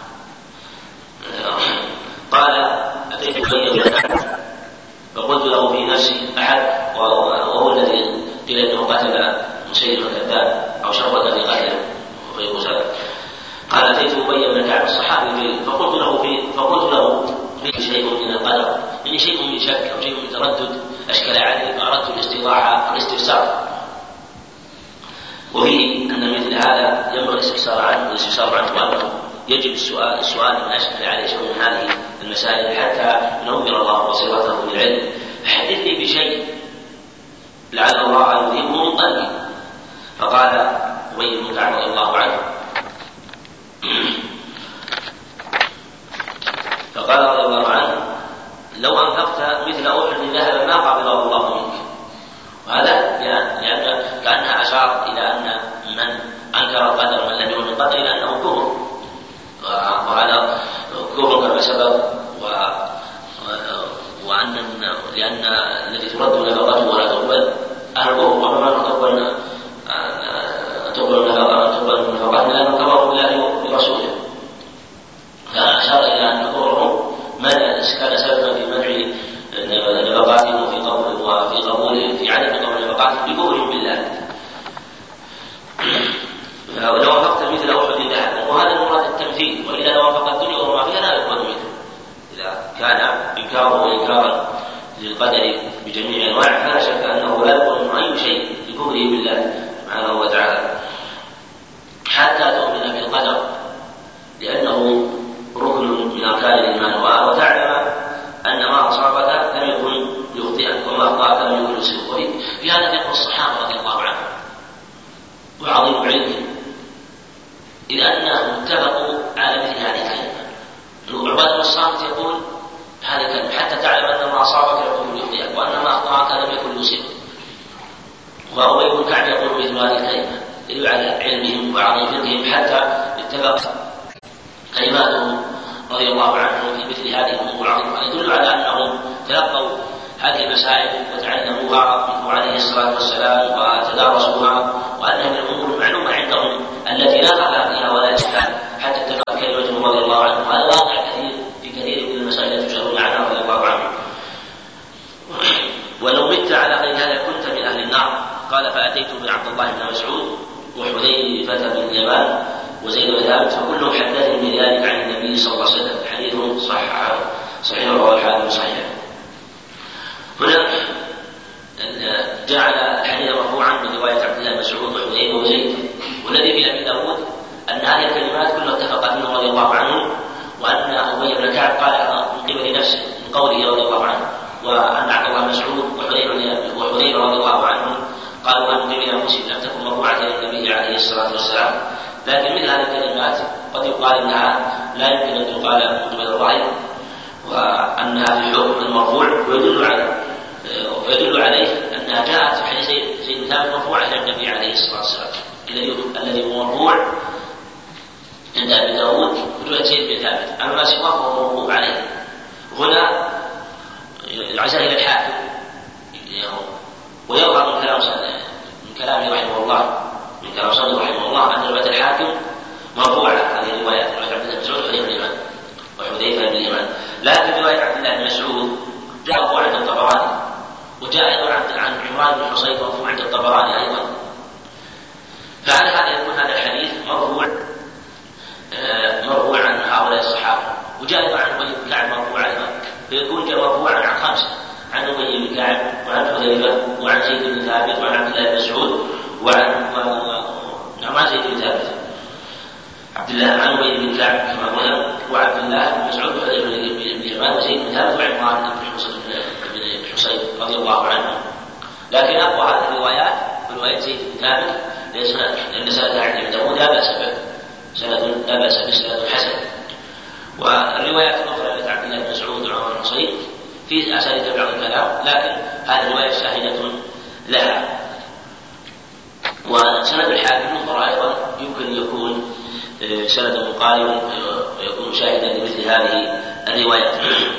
قال أتيت بين فقلت له في نفسي أحد، وهو الذي قيل أنه قتل مسيلمة الكذاب أو شرط في قتله فيروز. قال أتيت أبي بن كعب الصحابي فقلت له فيه شيء من القدر، يعني شيء من شك أو شيء من تردد أشكل عليه، فأردت الاستفسار. وفيه أن مثل هذا ينبغي الاستفسار عنه وأنه يجب السؤال من أشكل عليه شيء من هذه المسائل حتى ينور الله بصيرته بالعلم. حدثني بشيء لعل الله يذهبه من قلبي. فقال أبي بن كعب رضي الله عنه فقال رضي الله عنه لو أنفقت مثل أحد ذهبا ما قبضه الله منك. وهذا لأن كأنها أشار إلى أن من أنكر القدر من لم يؤمن بالقدر إلى أنه كفر، وهذا كفر كما سبق، لأن الذي ترد نفقته ولا تقبل أهل الكفر، وما تقبل نفقاتنا لأنه كفر بالله ورسوله. فأشار إلى أن كفرهم كان سببا في منع نفقاتهم وفي قبول في عدم قبول نفقاتهم بكفرهم بالله. لو وافقت مثل أحد ذهبا، وهذا المراد التمثيل، وإذا لو وافق الدنيا وما فيها لا يقبل منه، كان إنكاره إنكارا للقدر بجميع أنواعه فلا شك أنه لا يقول من أي شيء بكفره بالله سبحانه وتعالى حتى تؤمن بالقدر، لأنه ركن من أركان الإيمان، وتعلم أن ما أصابك لم يكن يخطئك وما أخطأك لم يكن يصيبك. في هذا فقه الصحابة رضي الله عنهم وعظيم علمهم، إذ أنهم اتفقوا على مثل هذه الكلمة. عبادة بن الصامت يقول هذه الكلمة حتى تعلم أن ما أصابك لم يكن يخطئك وأن ما أخطأك لم يكن يصيبك. وأبي بن كعب يقول مثل هذه الكلمة يدل على علمهم وعظيم فقههم حتى اتفق كلماتهم رضي الله عنهم في مثل هذه الأمور العظيمة. يدل على أنهم تلقوا هذه المسائل وتعلموها منه عليه الصلاة والسلام وتدارسوها، وأنها من الأمور المعلومة عندهم التي لا خلاف فيها ولا إشكال حتى اتفق كلمتهم رضي الله عنهم. هذا واقع في كثير من المسائل التي تشهرون عنها رضي الله عنهم. ولو مت على غير هذا كنت من أهل النار. قال فأتيت من عبد الله بن مسعود وحذيفة بن اليمان وزيد بن ثابت فكلهم حدثني بذلك عن النبي صلى الله عليه وسلم. حديث صحيح رواه الحاكم صحيح. هنا جعل الحديث مرفوعا من رواية عبد الله بن مسعود وحذيفة وزيد، والذي في أبي داود أن هذه الكلمات كلها اتفقت منه رضي الله عنه، وأن أبي بن كعب قال من قبل نفسه من قوله رضي الله عنه، وأن عبد الله بن مسعود وحذيفة رضي الله عنه قالوا أن من أنفسهم لم تكن مرفوعة إلى النبي عليه الصلاة والسلام. لكن مثل هذه الكلمات قد يقال أنها لا يمكن أن تقال من الرأي، وأنها في حكم المرفوع، ويدل عليه أنها جاءت في حديث زيد بن ثابت مرفوعة إلى النبي عليه الصلاة والسلام الذي هو مرفوع عند أبي داود رواية زيد بن ثابت. أما ما سواه فهو موقوف عليه. هنا العزاء إلى الحاكم، ويظهر من كلامه رحمه الله من كلام صدق رحمه الله أن رواية الحاكم مرفوعة. هذه الروايات رواية عبد الله بن مسعود وحذيفة بن اليمان. لكن رواية عبد الله بن مسعود جاء مرفوع عند الطبراني، وجاء أيضا عن عمران بن حصين مرفوع عند الطبراني أيضا. فعلى هذا يكون هذا الحديث مرفوع عن هؤلاء الصحابة. وجاء أيضا عن أبي بن كعب مرفوع أيضا، فيكون جاء مرفوعا عن خمسة: عن أبي بن كعب وعن حذيفة وعن زيد بن ثابت وعن عبد الله بن مسعود وعن زيد بن ثابت عبد الله عن أبي بن كعب كما قلنا وعبد الله بن مسعود وحذيفة بن اليمان وزيد بن ثابت وعمران بن حصين رضي الله عنه. لكن أقوى هذه الروايات رواية زيد بن ثابت، لأن سندها عند ابن داود لا بأس به، سند حسن. والروايات الأخرى التي عبد الله بن مسعود وعمر بن حصين في أسانيد بعض الكلام، لكن هذه الرواية شاهدة لها. وسند الحاكم الأخرى أيضا يمكن يكون سند مقارب ويكون شاهدا لمثل هذه الروايات.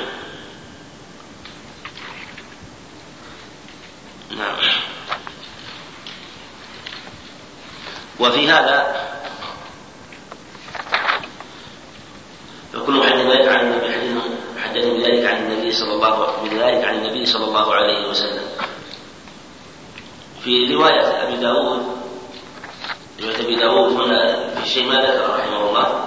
نعم. وفي هذا فكل حدث بذلك عن النبي صلى الله عليه وسلم. في رواية أبي داود هنا في شيء ما ذكر رحمه الله،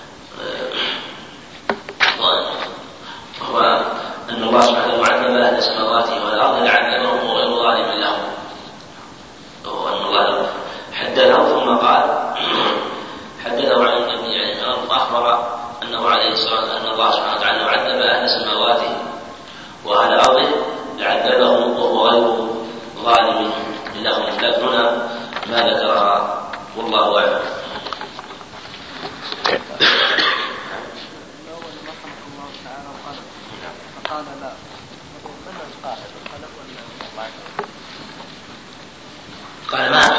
وهو أن الله سبحانه وتعالى أهل سماواته والأرض لعذبهم وغير ظالم لهم، وأن الله حدثه ثم قال حدثه عن النبي أخبر أنه عليه الصلاة والسلام أن الله سبحانه وتعالى عذب أهل سماواته وأهل أرضه لعذبهم وهو غير ظالم لهم. لكن هنا ما ذكرها والله أعلم. قال لا من القائل الخلق ولا قال ما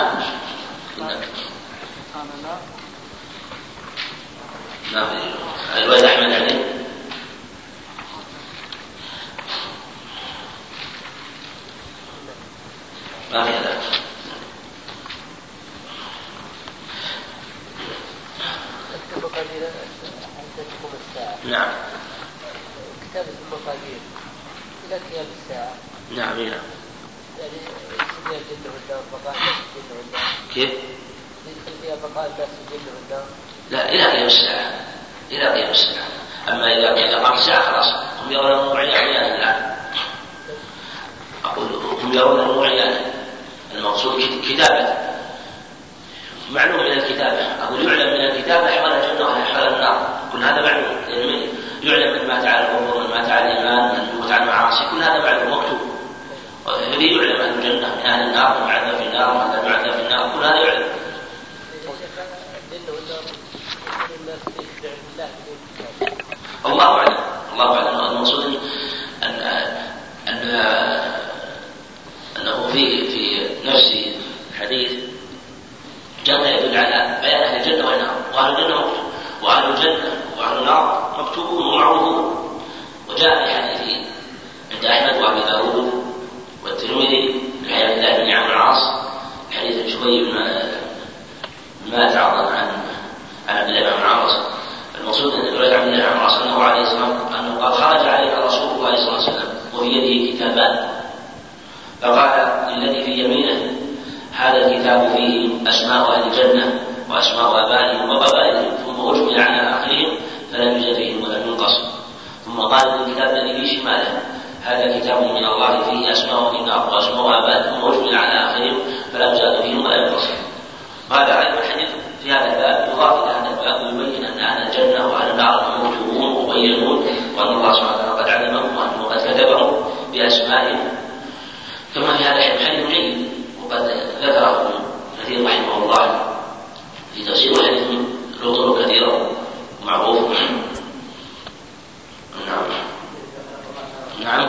قال لا الوالد أحمد عليه ما في هذا. نعم. كتابة المقادير إلى قيام الساعة. نعم. يعني يدخل فيها الجن والنار بقاء الناس الجن والنار. كيف؟ يدخل فيها بقاء الناس الجن والنار. لا، إلى قيام الساعة. أما إذا قام الساعة خلاص هم يرون يرون أنه عيانا، المقصود كتابة، معلوم من الكتابة، أقول يعلم من الكتابة أحوال الجنة وأحوال النار، كل هذا معلوم، يعلم من مات على الكفر، من مات على الإيمان، من مات على المعاصي، كل هذا معلوم مكتوب. الذي يعلم أهل الجنة من أهل النار، من معذب في النار، من لا معذب في النار، كل هذا يعلم. الله أعلم، الله أعلم. المقصود أنه في نفس الحديث جنة يدل على بيان أهل الجنة والنار، وأهل الجنة مكتوب، وأهل الجنة وأهل النار مكتوبون ومعروفون. وجاء في حديث عند أحمد وأبي داود والترمذي من حديث الله بن عمرو العاص، حديث شوي ما تعرض عن عبد الله بن عمرو. المقصود أن رواية عبد الله بن عمرو أنه عليه السلام أنه قد خرج علينا رسول الله صلى الله عليه وسلم وفي يده كتابان، فقال للذي في يمينه هذا الكتاب فيه أسماء أهل الجنة وأسماء آبائهم وقبائلهم، ثم أجمل على آخرهم فلم يوجد فيهم ولم ينقص. ثم قال للكتاب الذي في شماله هذا كتاب من الله فيه أسماء النار وأسماء آبائهم، ثم أجمل على آخرهم فلم يوجد فيهم ولم ينقص. وهذا علم الحديث في هذا الباب يضاف إلى هذا الباب ويبين أن أهل الجنة وأهل النار مكتوبون ومبينون، وأن الله سبحانه وتعالى قد علمهم وأنه قد كتبهم بأسمائهم، كما في هذا الحديث جيد وقد ذكره ابن كثير رحمه الله في تفسير الحديث له طرق كثيرة ومعروف. نعم.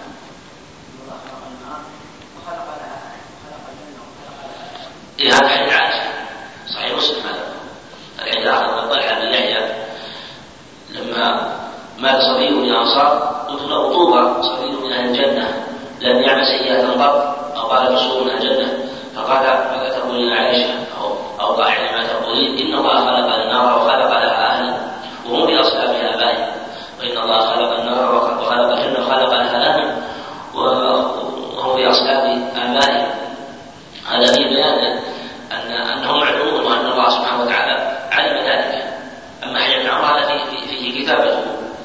هذا حديث عائشة صحيح مسلم، هذا الحديث آخر من طلحة بن يحيى لما مات صبي من الأنصار قلت له طوبى صبي من أهل الجنة لم يعمل سيئة قط، أو قال رسول من الجنة، فقال ماذا تقولين عائشة أو ضاع ما تقولين؟ إن الله خلق النار وخلق لها أهلا وهم بأصحابها آبائهم، وإن الله خلق النار وخلق الجنة وخلق لها أهلا وهم بأصحاب آبائهم. هذا في بيان أنهم معلومون وأن الله سبحانه وتعالى علم ذلك. أما حديث ابن عمر هذا فيه كتابته.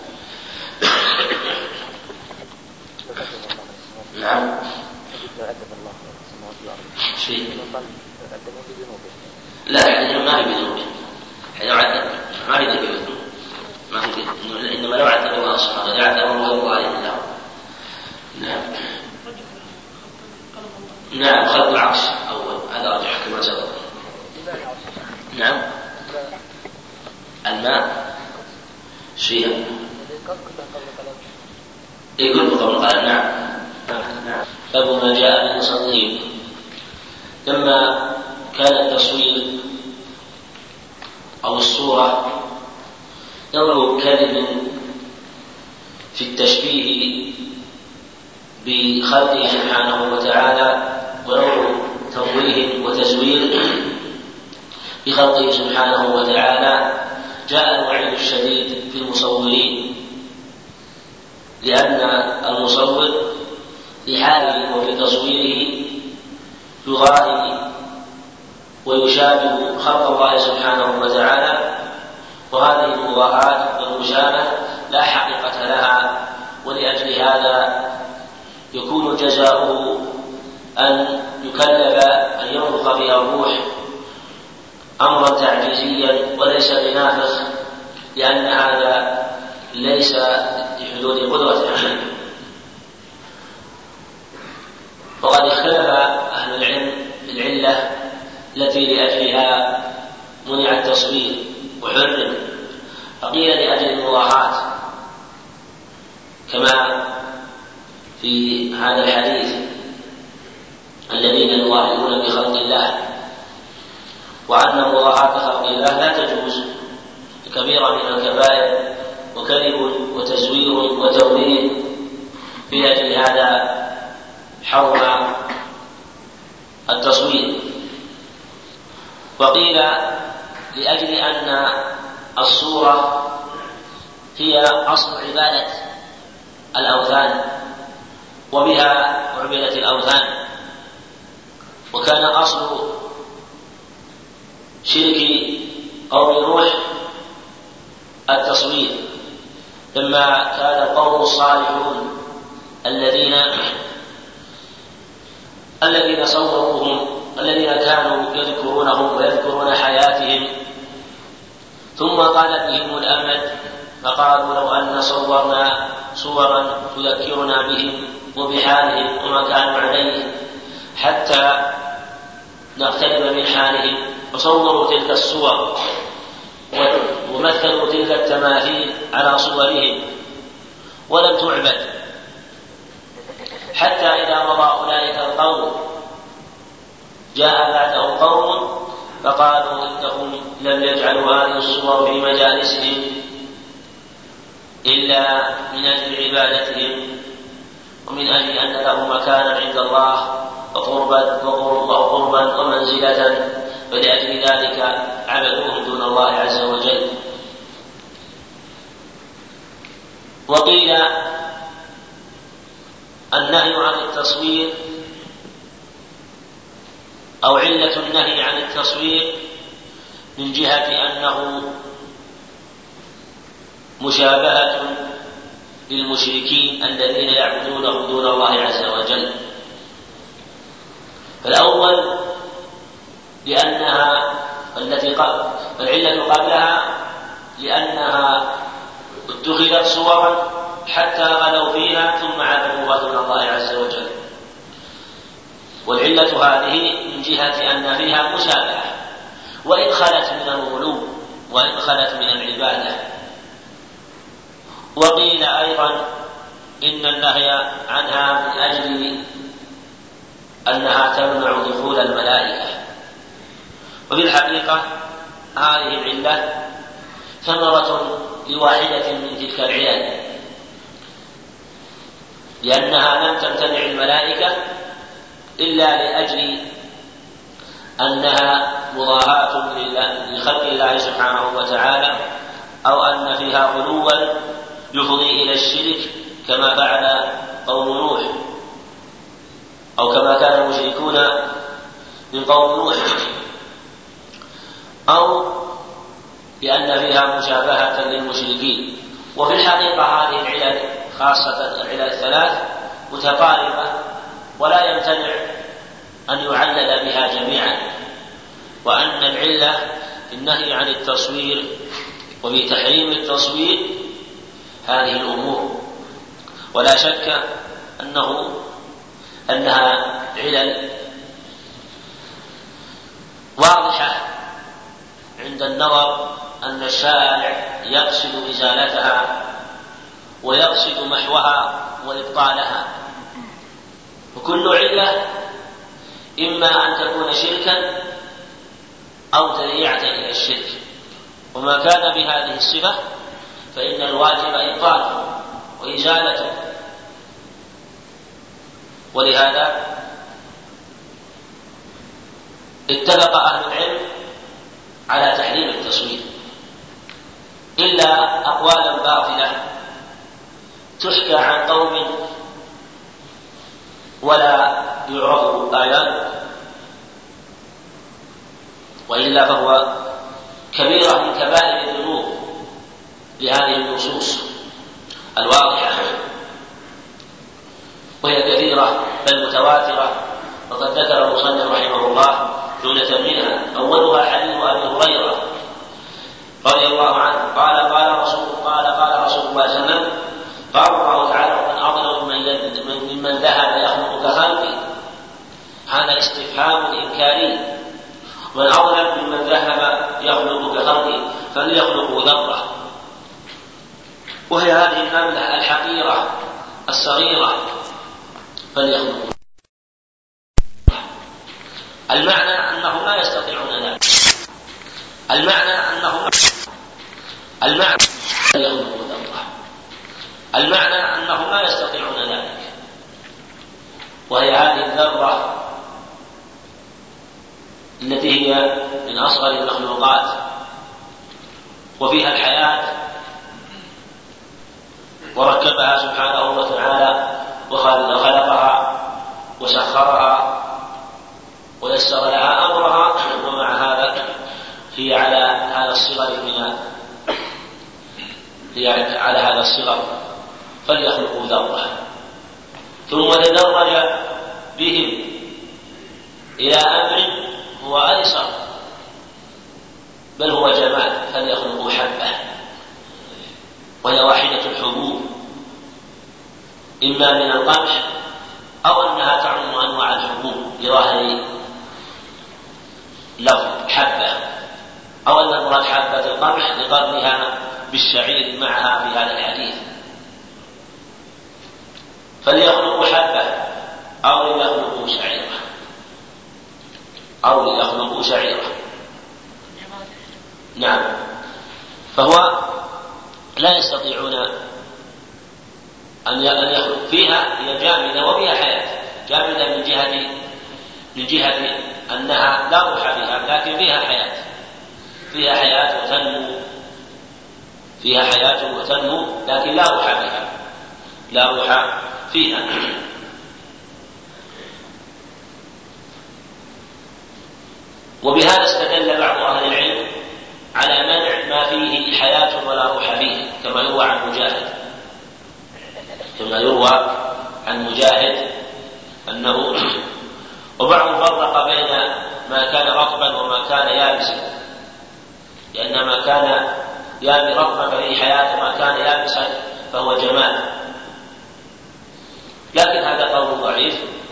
نعم. لا حديث ما في بذنوب، حيث عذب ما في بذنوب، ما في بذنوب، إنما لو عذب الله سبحانه وتعالى عذب الله ظالم له. نعم. نعم خلق العرش أول، هذا رجح كما سبق. نعم. الماء شيئا يقول قبل القلم. نعم. باب ما جاء في تصوير. لما كان التصوير أو الصورة نوع كذب في التشبيه بخلقه سبحانه وتعالى، ونوع تمويه وتزوير بخلقه سبحانه وتعالى، جاء الوعيد الشديد في المصورين، لأن المصور في حاله وفي تصويره يغالي ويشابه خلق الله سبحانه وتعالى، وهذه المضاهاة والمشابهة لا حقيقة لها، ولأجل هذا يكون جزاؤه أن يكلف أن ينفخ فيها الروح أمرا تعجيزيا وليس بنافخ، لأن هذا ليس لحدود قدرته. وقد اختلف أهل العلم في العلة التي لأجلها منع التصوير وحرم، فقيل لأجل المضاهاة كما في هذا الحديث الذين يضاهئون بخلق الله، وأن مضاهاة خلق الله لا تجوز كبيرة من الكبائر وكذب وتزوير وتوهين، في أجل هذا حرم التصوير. وقيل لأجل أن الصورة هي أصل عبادة الأوثان وبها عبدت الأوثان، وكان أصل شرك قوم نوح التصوير، لما كان القوم الصالحون الذين الذين صوروهم الذين كانوا يذكرونهم ويذكرون حياتهم ثم طال بهم الأمد فقالوا لو أن صورنا صورا تذكرنا بهم وبحالهم وما كانوا عليه حتى نقترب من حالهم، فصوروا تلك الصور ومثلوا تلك التماثيل على صورهم ولم تعبد، حتى إذا مضى أولئك القوم جاء بعده قوم فقالوا إنهم لم يجعلوا هذه الصور في مجالسهم إلا من أجل عبادتهم ومن أجل أن له مكانا عند الله وقربا ومنزلة، فلأجل ذلك عبدوهم دون الله عز وجل. وقيل النهي عن التصوير أو علة النهي عن التصوير من جهة أنه مشابهة للمشركين الذين يعبدونه دون الله عز وجل. فالأول لأنها العلة قبلها لأنها اتخذت صورا حتى غلوا فيها ثم عبدوها دون الله عز وجل، والعلة هذه من جهة أن فيها مشابهة وإن خلت من الغلو وإن خلت من العبادة. وقيل أيضا إن النهي عنها من أجل أنها تمنع دخول الملائكة، وفي الحقيقة هذه العلة ثمرة لواحدة من تلك العلل، لأنها لم تمتنع الملائكة إلا لأجل أنها مضاهاة لخلق الله سبحانه وتعالى، أو أن فيها غلوا يفضي إلى الشرك كما فعل قوم نوح، أو كما كان المشركون من قوم نوح، أو لأن فيها مشابهة للمشركين. وفي الحقيقة هذه العلل خاصة العلل الثلاث متقاربة ولا يمتنع أن يعلل بها جميعا، وأن العلة في النهي عن التصوير وفي تحريم التصوير هذه الأمور، ولا شك أنها علل واضحة عند النظر أن الشارع يقصد إزالتها ويقصد محوها وإبطالها، وكل علة إما أن تكون شركا أو ذريعة إلى الشرك، وما كان بهذه الصفة فإن الواجب إبطاله وإزالته. ولهذا اتفق أهل العلم على تحريم التصوير، إلا أقوالا باطلة تحكى عن قوم ولا يعرف آيان، وإلا فهو كبيرة من كبائر الذنوب لهذه النصوص الواضحة، وهي كثيرة بل متواترة، وقد ذكر المصنف رحمه الله جملة منها. أولها حديث أبي هريرة رضي الله عنه قال قال رسول الله صلى الله عليه وسلم قال الله تعالى ومن أظلم ممن ذهب يخلق كخلقي، هذا استفهام إنكاري، ومن أظلم ممن ذهب يخلق كخلقي فليخلقوا ذرة، وهي هذه النملة الحقيرة الصغيرة فليخلقوا. المعنى أنهم لا يستطيعون ذلك، المعنى أنهم يخلقوا ذرة، المعنى أنهم لا يستطيعون ذلك، وهي هذه الذرة التي هي من أصغر المخلوقات وفيها الحياة، وركبها سبحانه وتعالى وخلقها وسخرها ويسر لها أمرها، ومع هذا هي على هذا الصغر فليخلقوا ذرة. ثم تدرج بهم إلى أمر هو أيسر، بل هو جمال. فليخلقوا حبة، وهي واحدة الحبوب، إما من القمح أو أنها تعم أنواع الحبوب لظاهر لفظ حبة، أو أن المراد حبة القمح لقرنها بالشعير معها في هذا الحديث. فليخلقوا حبة أو ليخلقوا شعيرة، أو ليخلقوا شعيرة. نعم. فهو لا يستطيعون أن يخلق فيها، هي جامدة وفيها حياة، جامدة من جهة أنها لا روح فيها، لكن فيها حياة، فيها حياة وتنمو، فيها حياة وتنمو، لكن لا روح فيها، لا روح فيها. وبهذا استدل بعض أهل العلم على منع ما فيه حياة ولا روح فيه، كما يروى عن مجاهد أنه وبعض فرق بين ما كان رطبا وما كان يابسا، لأن ما كان رطبا فيه حياة وما كان يابسا فهو جمال، لكن هذا قول ضعيف.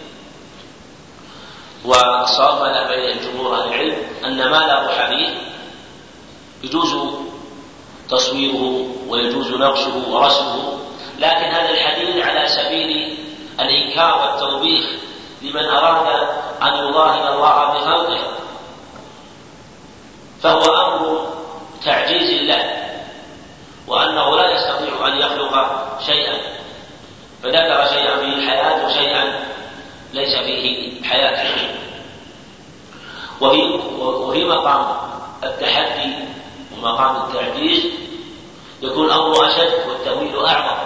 والصواب بين جمهور أهل العلم أن ما لا روح فيه يجوز تصويره ويجوز نقشه ورسمه، لكن هذا الحديث على سبيل الإنكار والتوبيخ لمن أراد أن يظاهر الله بخلقه، فهو أمر تعجيز له، وأنه لا يستطيع أن يخلق شيئا، فذكر شيئا فيه الحياة وشيئا ليس فيه حياة. وفي مقام التحدي ومقام التعجيز يكون الأمر أشد والتأويل أعظم.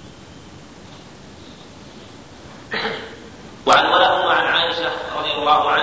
وعن عائشة رضي الله